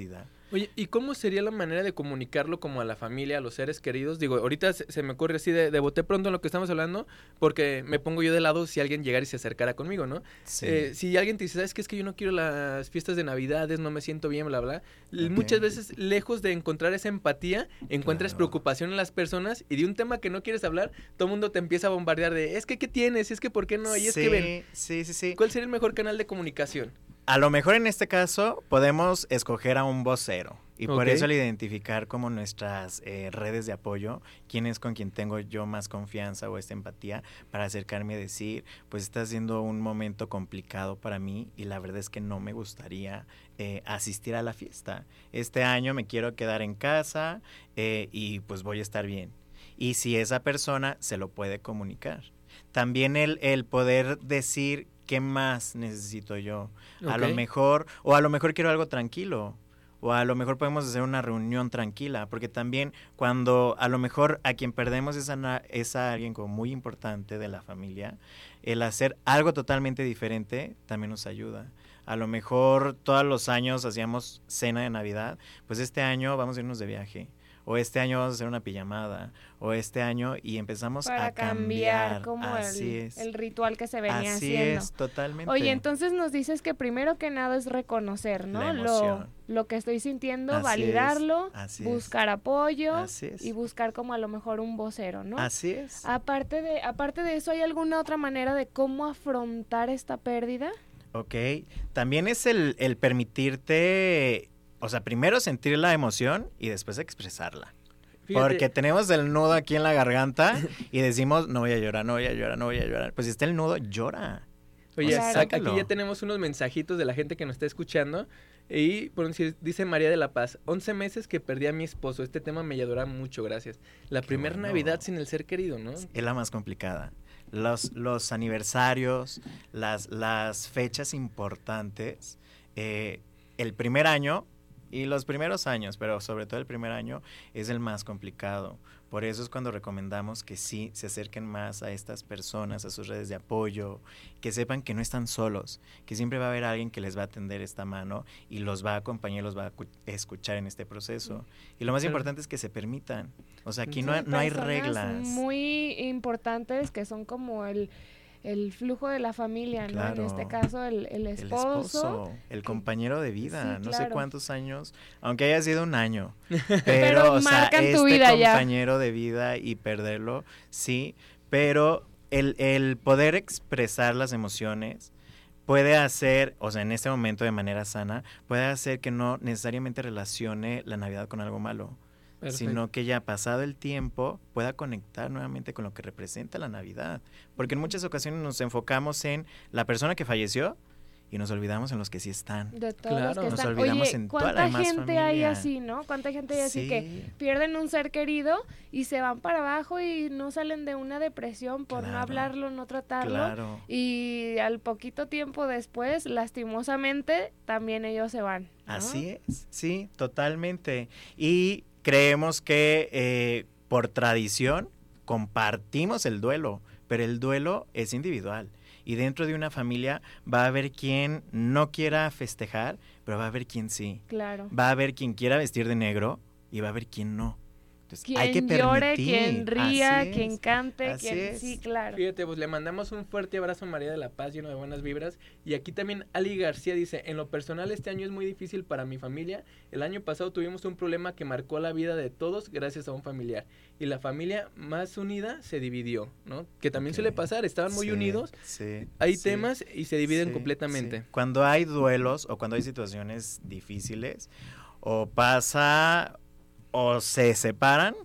Oye, ¿y cómo sería la manera de comunicarlo como a la familia, a los seres queridos? Digo, ahorita se, se me ocurre así de, de bote pronto en lo que estamos hablando, porque me pongo yo de lado si alguien llegara y se acercara conmigo, ¿no? Sí. Eh, si alguien te dice, ¿sabes qué? Es que yo no quiero las fiestas de Navidades, no me siento bien, bla, bla. Okay. Muchas veces, lejos de encontrar esa empatía, encuentras claro. preocupación en las personas y de un tema que no quieres hablar, todo el mundo te empieza a bombardear de, es que, ¿qué tienes? Es que, ¿por qué no? Y es sí, que ven. Sí, sí, sí. ¿Cuál sería el mejor canal de comunicación? A lo mejor en este caso podemos escoger a un vocero y okay. por eso al identificar como nuestras eh, redes de apoyo, quién es con quien tengo yo más confianza o esta empatía para acercarme y decir, pues está siendo un momento complicado para mí y la verdad es que no me gustaría eh, asistir a la fiesta. Este año me quiero quedar en casa eh, y pues voy a estar bien. Y si esa persona se lo puede comunicar. También el, el poder decir qué más necesito yo. Okay. A lo mejor, o a lo mejor quiero algo tranquilo. O a lo mejor podemos hacer una reunión tranquila, porque también cuando a lo mejor a quien perdemos es a, es a alguien como muy importante de la familia, el hacer algo totalmente diferente también nos ayuda. A lo mejor todos los años hacíamos cena de Navidad, pues este año vamos a irnos de viaje. O este año vamos a hacer una pijamada, o este año, y empezamos Para a cambiar. cambiar como Así el, es. el ritual que se venía Así haciendo. Así es, totalmente. Oye, entonces nos dices que primero que nada es reconocer, ¿no? La emoción. Lo, lo que estoy sintiendo, Así validarlo, es. Así buscar apoyo Así es. y buscar como a lo mejor un vocero, ¿no? Así es. Aparte de, aparte de eso, ¿hay alguna otra manera de cómo afrontar esta pérdida? Ok, también es el, el permitirte, o sea, primero sentir la emoción y después expresarla. Fíjate. Porque tenemos el nudo aquí en la garganta y decimos, no voy a llorar, no voy a llorar, no voy a llorar. Pues si está el nudo, llora. Oye, o sea, aquí ya tenemos unos mensajitos de la gente que nos está escuchando. Y por decir, dice María de la Paz, once meses que perdí a mi esposo. Este tema me ayudará mucho, gracias. La primera bueno. Navidad sin el ser querido, ¿no? Es la más complicada. Los, los aniversarios, las, las fechas importantes, eh, el primer año y los primeros años, pero sobre todo el primer año es el más complicado. Por eso es cuando recomendamos que sí se acerquen más a estas personas, a sus redes de apoyo, que sepan que no están solos, que siempre va a haber alguien que les va a tender esta mano y los va a acompañar, los va a escuchar en este proceso. Y lo más importante es que se permitan. O sea, aquí sí, no, no hay reglas. Muy importantes que son como el... el flujo de la familia, claro. ¿no? En este caso, el, el esposo. El esposo, el compañero de vida, sí, no claro. sé cuántos años, aunque haya sido un año, pero, pero o sea, este tu vida ya. compañero de vida y perderlo, sí, pero el, el poder expresar las emociones puede hacer, o sea, en este momento de manera sana, puede hacer que no necesariamente relacione la Navidad con algo malo. Perfecto. Sino que ya pasado el tiempo pueda conectar nuevamente con lo que representa la Navidad. Porque en muchas ocasiones nos enfocamos en la persona que falleció y nos olvidamos en los que sí están. De todos claro. los que nos están. olvidamos Oye, en toda la demás ¿cuánta gente familia? hay así, no? ¿Cuánta gente hay sí. así que pierden un ser querido y se van para abajo y no salen de una depresión por claro. no hablarlo, no tratarlo? Claro. Y al poquito tiempo después, lastimosamente, también ellos se van, ¿no? Así es, sí, totalmente. Y creemos que eh, por tradición compartimos el duelo, pero el duelo es individual. Y dentro de una familia va a haber quien no quiera festejar, pero va a haber quien sí. Claro. Va a haber quien quiera vestir de negro y va a haber quien no. Entonces, quien hay que permitir. llore, quien ría, Así quien es. cante, Así quien... es. Sí, claro. Fíjate, pues le mandamos un fuerte abrazo a María de la Paz, lleno de buenas vibras. Y aquí también Ali García dice, en lo personal este año es muy difícil para mi familia. El año pasado tuvimos un problema que marcó la vida de todos gracias a un familiar. Y la familia más unida se dividió, ¿no? Que también okay. suele pasar, estaban muy sí, unidos. Sí, hay sí, temas y se dividen sí, completamente. Sí. Cuando hay duelos o cuando hay situaciones difíciles, o pasa, o se separan,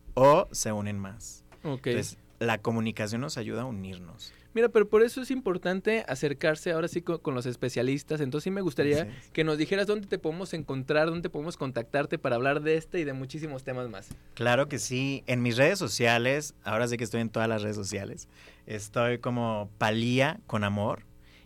o se unen más. Okay. Entonces, la comunicación nos ayuda a unirnos. Mira, pero por eso es importante acercarse ahora sí con, con los especialistas. Entonces sí me gustaría sí, sí. que nos dijeras dónde te podemos encontrar, dónde podemos contactarte para hablar de este y de muchísimos temas más. Claro que sí. En mis redes sociales, ahora sí que estoy en todas las redes sociales, estoy como Palía con Amor.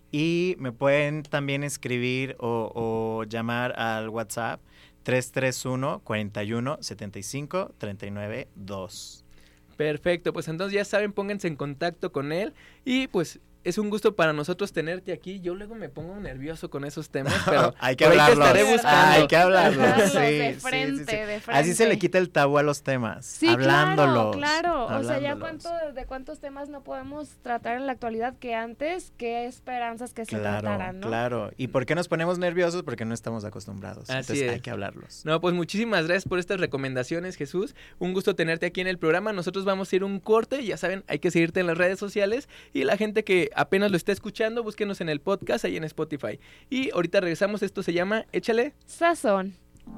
Y me pueden también escribir o, o llamar al WhatsApp tres tres uno, cuarenta y uno, setenta y cinco, treinta y nueve, dos. Perfecto, pues entonces ya saben, pónganse en contacto con él y pues es un gusto para nosotros tenerte aquí. Yo luego me pongo nervioso con esos temas, pero hay que hablarlos. Hay que, ah, hay que hablarlos. Sí, de sí, frente, sí, sí. de frente. Así se le quita el tabú a los temas. Sí, hablándolos. Claro, claro. O sea, ya hablándolos. cuánto, de cuántos temas no podemos tratar en la actualidad que antes, qué esperanzas que se Claro, trataran, ¿no? claro. ¿Y por qué nos ponemos nerviosos? Porque no estamos acostumbrados. Así Entonces es. hay que hablarlos. No, pues muchísimas gracias por estas recomendaciones, Jesús. Un gusto tenerte aquí en el programa. Nosotros vamos a ir un corte. Ya saben, hay que seguirte en las redes sociales. Y la gente que apenas lo está escuchando, búsquenos en el podcast ahí en Spotify. Y ahorita regresamos. Esto se llama Échale Sazón.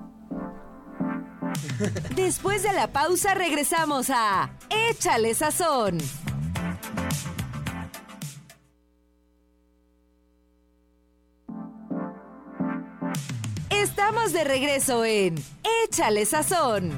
Después de la pausa regresamos a Échale Sazón. Estamos de regreso en Échale Sazón.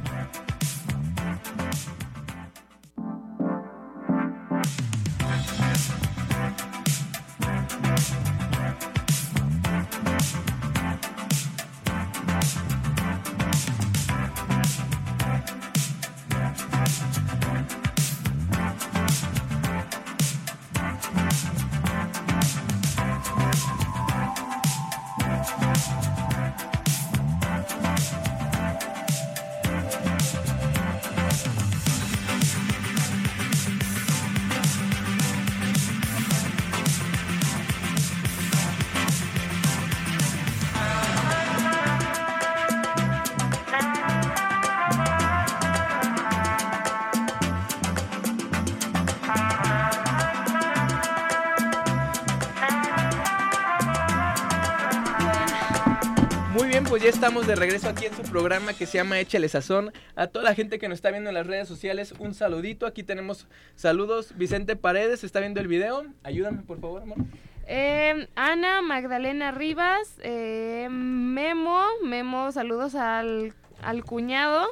Pues ya estamos de regreso aquí en su programa que se llama Échale Sazón. A toda la gente que nos está viendo en las redes sociales, un saludito. Aquí tenemos saludos. Vicente Paredes está viendo el video. Ayúdame, por favor, amor. Eh, Ana Magdalena Rivas, eh, Memo, Memo, saludos al, al cuñado.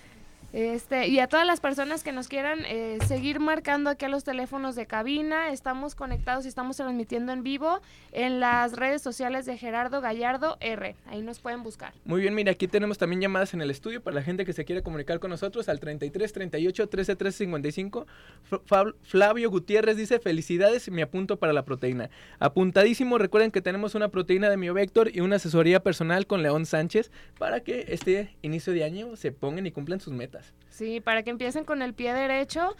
Este, y a todas las personas que nos quieran eh, seguir marcando aquí a los teléfonos de cabina, estamos conectados y estamos transmitiendo en vivo en las redes sociales de Gerardo Gallardo R, ahí nos pueden buscar. Muy bien, mira, aquí tenemos también llamadas en el estudio para la gente que se quiere comunicar con nosotros al treinta y tres, treinta y ocho, trece, trece, cincuenta y cinco. Flavio Gutiérrez dice, felicidades, me apunto para la proteína. Apuntadísimo, recuerden que tenemos una proteína de Miovector y una asesoría personal con León Sánchez para que este inicio de año se pongan y cumplan sus metas. Sí, para que empiecen con el pie derecho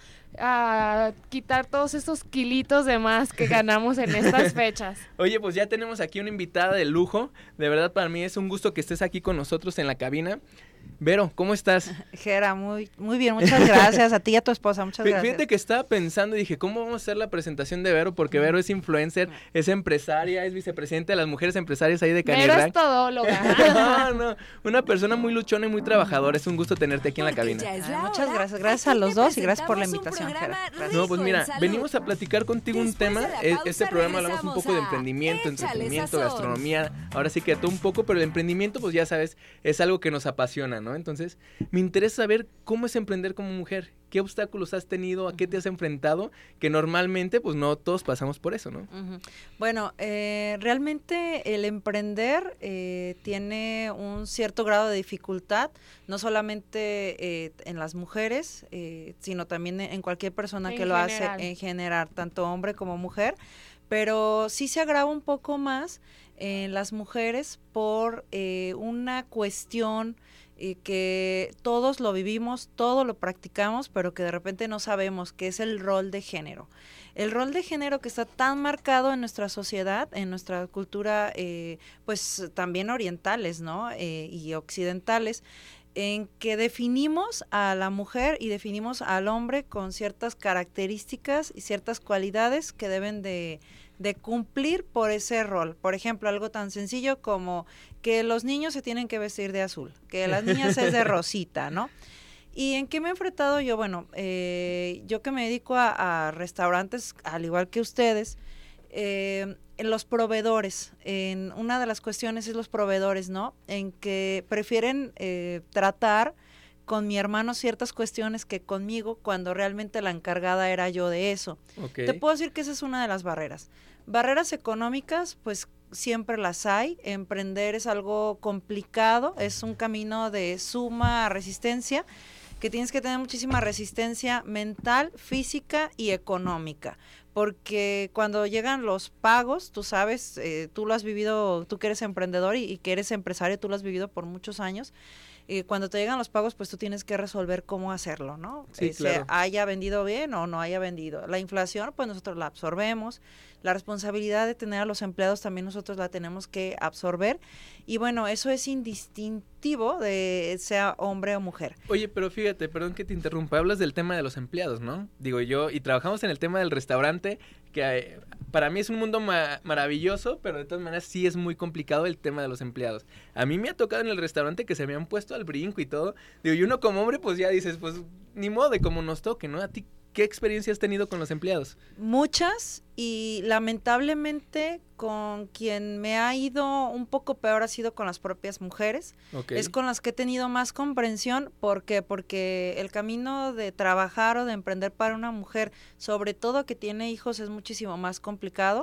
a quitar todos esos kilitos de más que ganamos en estas fechas. Oye, pues ya tenemos aquí una invitada de lujo. De verdad, para mí es un gusto que estés aquí con nosotros en la cabina. Vero, ¿cómo estás? Gera, muy, muy bien, muchas gracias. A ti y a tu esposa, muchas Fíjate gracias. que estaba pensando y dije, ¿cómo vamos a hacer la presentación de Vero? Porque Vero es influencer, es empresaria, es vicepresidenta de las mujeres empresarias ahí de Canirac. Vero es todóloga. No, no, una persona muy luchona y muy trabajadora. Es un gusto tenerte aquí en la cabina. Ah, muchas gracias, gracias a los dos y gracias por la invitación, Gera. No, pues mira, venimos a platicar contigo un tema. Este programa hablamos un poco de emprendimiento, entretenimiento, gastronomía. Ahora sí que todo un poco, pero el emprendimiento, pues ya sabes, es algo que nos apasiona, ¿no? Entonces, me interesa saber cómo es emprender como mujer. ¿Qué obstáculos has tenido? ¿A qué te has enfrentado? Que normalmente, pues no todos pasamos por eso, ¿no? Uh-huh. Bueno, eh, realmente el emprender eh, tiene un cierto grado de dificultad, no solamente eh, en las mujeres, eh, sino también en cualquier persona en que lo general. hace en general, tanto hombre como mujer, pero sí se agrava un poco más en las mujeres por eh, una cuestión y que todos lo vivimos, todo lo practicamos, pero que de repente no sabemos qué es el rol de género. El rol de género que está tan marcado en nuestra sociedad, en nuestra cultura, eh, pues también orientales, ¿no? Eh, y occidentales, en que definimos a la mujer y definimos al hombre con ciertas características y ciertas cualidades que deben de de cumplir por ese rol. Por ejemplo, algo tan sencillo como que los niños se tienen que vestir de azul, que las niñas es de rosita, ¿no? ¿Y en qué me he enfrentado yo? Bueno, eh, yo que me dedico a, a restaurantes, al igual que ustedes, eh, en los proveedores, en una de las cuestiones es los proveedores, ¿no? En que prefieren eh, tratar con mi hermano ciertas cuestiones que conmigo, cuando realmente la encargada era yo de eso. Okay. Te puedo decir que esa es una de las barreras. Barreras económicas, pues siempre las hay. Emprender es algo complicado, es un camino de suma resistencia que tienes que tener muchísima resistencia mental, física y económica. Porque cuando llegan los pagos, tú sabes, eh, tú lo has vivido, tú que eres emprendedor y, y que eres empresario, tú lo has vivido por muchos años. Eh, cuando te llegan los pagos, pues tú tienes que resolver cómo hacerlo, ¿no? Sí, eh, claro. Se haya vendido bien o no haya vendido. La inflación, pues nosotros la absorbemos. La responsabilidad de tener a los empleados también nosotros la tenemos que absorber. Y bueno, eso es indistintivo de sea hombre o mujer. Oye, pero fíjate, perdón que te interrumpa, hablas del tema de los empleados, ¿no? Digo yo, y trabajamos en el tema del restaurante, que eh, para mí es un mundo ma- maravilloso, pero de todas maneras sí es muy complicado el tema de los empleados. A mí me ha tocado en el restaurante que se me han puesto al brinco y todo. Digo, y uno como hombre, pues ya dices, pues ni modo de cómo nos toque, ¿no? A ti, ¿qué experiencia has tenido con los empleados? Muchas, y lamentablemente con quien me ha ido un poco peor ha sido con las propias mujeres. Okay. Es con las que he tenido más comprensión. ¿Por qué? Porque el camino de trabajar o de emprender para una mujer, sobre todo que tiene hijos, es muchísimo más complicado.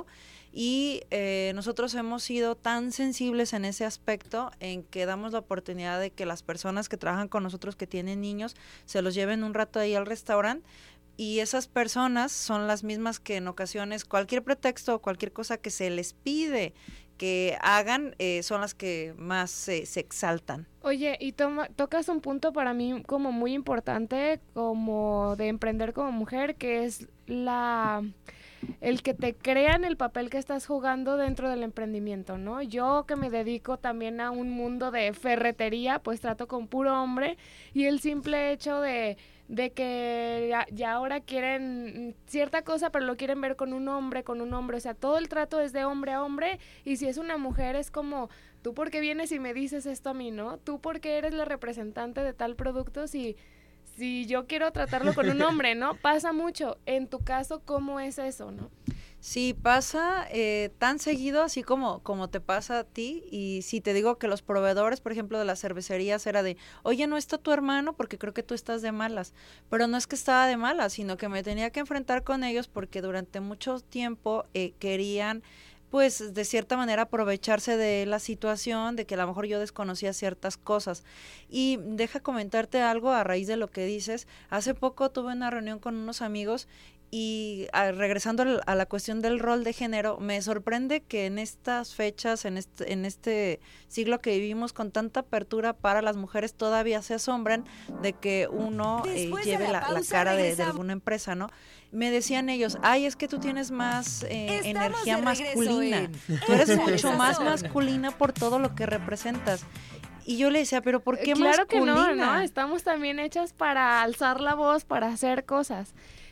Y eh, nosotros hemos sido tan sensibles en ese aspecto, en que damos la oportunidad de que las personas que trabajan con nosotros, que tienen niños, se los lleven un rato ahí al restaurante. Y esas personas son las mismas que en ocasiones cualquier pretexto o cualquier cosa que se les pide que hagan, eh, son las que más eh, se exaltan. Oye, y toma, tocas un punto para mí como muy importante, como de emprender como mujer, que es la el que te crean el papel que estás jugando dentro del emprendimiento, ¿no? Yo que me dedico también a un mundo de ferretería, pues trato con puro hombre, y el simple hecho de de que ya, ya ahora quieren cierta cosa, pero lo quieren ver con un hombre, con un hombre, o sea, todo el trato es de hombre a hombre, y si es una mujer es como, ¿tú por qué vienes y me dices esto a mí, no? ¿Tú por qué eres la representante de tal producto si, si yo quiero tratarlo con un hombre, no? Pasa mucho. En tu caso, ¿cómo es eso, no? Sí, pasa eh, tan seguido así como, como te pasa a ti. Y si te digo que los proveedores, por ejemplo, de las cervecerías era de, oye, ¿no está tu hermano? Porque creo que tú estás de malas. Pero no es que estaba de malas, sino que me tenía que enfrentar con ellos porque durante mucho tiempo eh, querían, pues, de cierta manera aprovecharse de la situación, de que a lo mejor yo desconocía ciertas cosas. Y deja comentarte algo a raíz de lo que dices. Hace poco tuve una reunión con unos amigos y a, regresando al, a la cuestión del rol de género, me sorprende que en estas fechas, en este, en este siglo que vivimos con tanta apertura para las mujeres, todavía se asombran de que uno eh, lleve la, la, la cara de, de alguna empresa, ¿no? Me decían ellos, ay, es que tú tienes más eh, energía masculina, en... tú eres mucho más masculina por todo lo que representas. Y yo le decía, pero ¿por qué claro masculina? Claro que no, no, estamos también hechas para alzar la voz, para hacer cosas.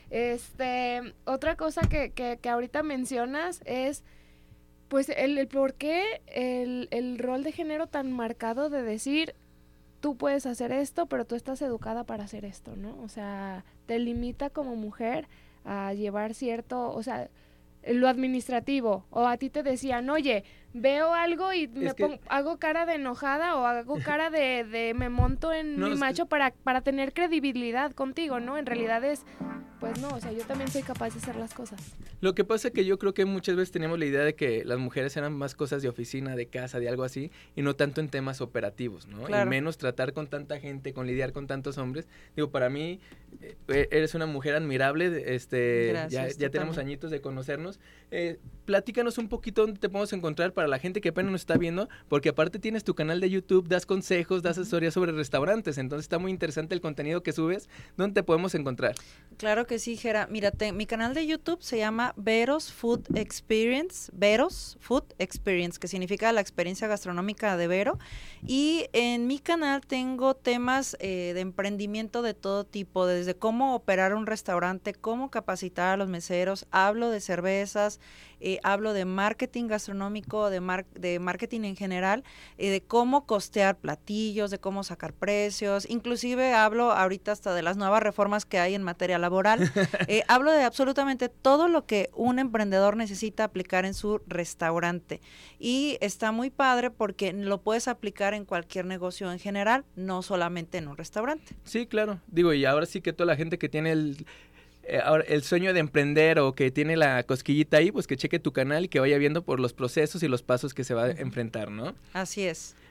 Este, otra cosa que, que, que ahorita mencionas es, pues, el, el por qué el, el rol de género tan marcado de decir, tú puedes hacer esto, pero tú estás educada para hacer esto, ¿no? O sea, te limita como mujer a llevar cierto, o sea, lo administrativo, o a ti te decían, oye, veo algo y me que... pongo, hago cara de enojada o hago cara de, de me monto en no, mi macho que... para, para tener credibilidad contigo, ¿no? En realidad es, pues no, o sea, yo también soy capaz de hacer las cosas. Lo que pasa es que yo creo que muchas veces teníamos la idea de que las mujeres eran más cosas de oficina, de casa, de algo así, y no tanto en temas operativos, ¿no? Claro. Y menos tratar con tanta gente, con lidiar con tantos hombres. Digo, para mí, eh, eres una mujer admirable, este, Gracias, ya, ya tenemos también. añitos de conocernos. Eh, platícanos un poquito dónde te podemos encontrar para la gente que apenas nos está viendo, porque aparte tienes tu canal de YouTube, das consejos, das asesorías sobre restaurantes, entonces está muy interesante el contenido que subes. ¿Dónde te podemos encontrar? Claro que sí, Jera. Mira, te, mi canal de YouTube se llama Veros Food Experience, Veros Food Experience, que significa la experiencia gastronómica de Vero. Y en mi canal tengo temas eh, de emprendimiento de todo tipo, desde cómo operar un restaurante, cómo capacitar a los meseros, hablo de cervezas, eh, hablo de marketing gastronómico, de, mar, de marketing en general, eh, de cómo costear platillos, de cómo sacar precios, inclusive hablo ahorita hasta de las nuevas reformas que hay en materia laboral, eh, hablo de absolutamente todo lo que un emprendedor necesita aplicar en su restaurante, y está muy padre porque lo puedes aplicar en cualquier negocio en general, no solamente en un restaurante. Sí, claro, digo, y ahora sí que toda la gente que tiene el... Eh, ahora, el sueño de emprender o que tiene la cosquillita ahí, pues que cheque tu canal y que vaya viendo por los procesos y los pasos que se va a enfrentar, ¿no? Así es.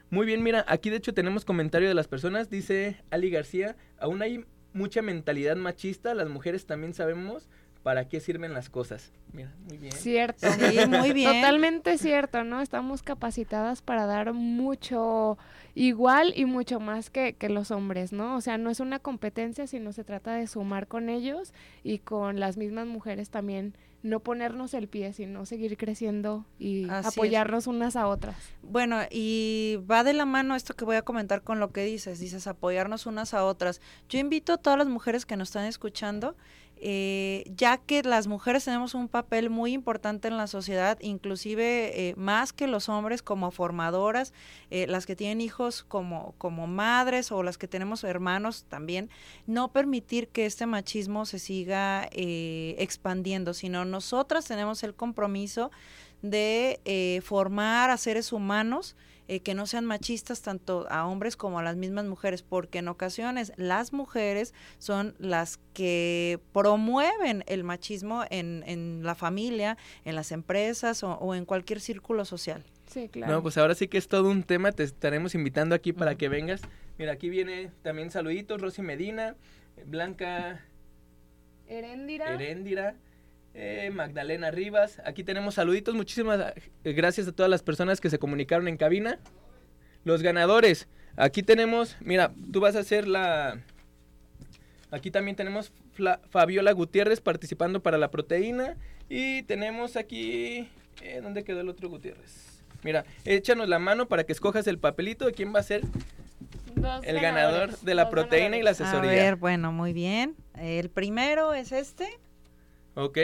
Muy bien, mira, aquí de hecho tenemos comentario de las personas, dice Ali García, aún hay mucha mentalidad machista, las mujeres también sabemos para qué sirven las cosas. Mira, muy bien. Cierto. Sí, muy bien. Totalmente cierto, ¿no? Estamos capacitadas para dar mucho igual y mucho más que, que los hombres, ¿no? O sea, no es una competencia, sino se trata de sumar con ellos y con las mismas mujeres también, no ponernos el pie, sino seguir creciendo y Así apoyarnos es. unas a otras. Bueno, y va de la mano esto que voy a comentar con lo que dices, dices apoyarnos unas a otras. Yo invito a todas las mujeres que nos están escuchando, eh, ya que las mujeres tenemos un papel muy importante en la sociedad, inclusive eh, más que los hombres como formadoras, eh, las que tienen hijos como, como madres o las que tenemos hermanos también, no permitir que este machismo se siga eh, expandiendo, sino nosotras tenemos el compromiso de eh, formar a seres humanos eh, que no sean machistas tanto a hombres como a las mismas mujeres, porque en ocasiones las mujeres son las que promueven el machismo en, en la familia, en las empresas o, o en cualquier círculo social. Sí, claro. No, pues ahora sí que es todo un tema, te estaremos invitando aquí para uh-huh. que vengas. Mira, aquí viene también saluditos, Rosy Medina, Blanca Heréndira. Heréndira. Eh, Magdalena Rivas, aquí tenemos saluditos, muchísimas eh, gracias a todas las personas que se comunicaron en cabina. Los ganadores, aquí tenemos, mira, tú vas a hacer la, aquí también tenemos Fla, Fabiola Gutiérrez participando para la proteína y tenemos aquí, eh, ¿dónde quedó el otro Gutiérrez? Mira, échanos la mano para que escojas el papelito de quién va a ser Dos el ganadores, ganador de la proteína ganadores. Y la asesoría. A ver, bueno, muy bien. El primero es este. Ok.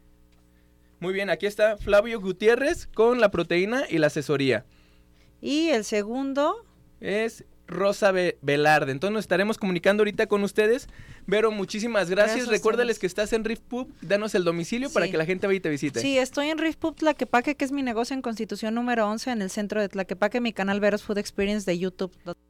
Muy bien, aquí está Flavio Gutiérrez con la proteína y la asesoría. Y el segundo es Rosa Be- Velarde. Entonces nos estaremos comunicando ahorita con ustedes. Vero, muchísimas gracias. Gracias Recuérdales que estás en Riff Pub. Danos el domicilio sí. para que la gente vaya y te visite. Sí, estoy en Riff Pub Tlaquepaque, que es mi negocio en Constitución número once, en el centro de Tlaquepaque, mi canal Veros Food Experience de YouTube.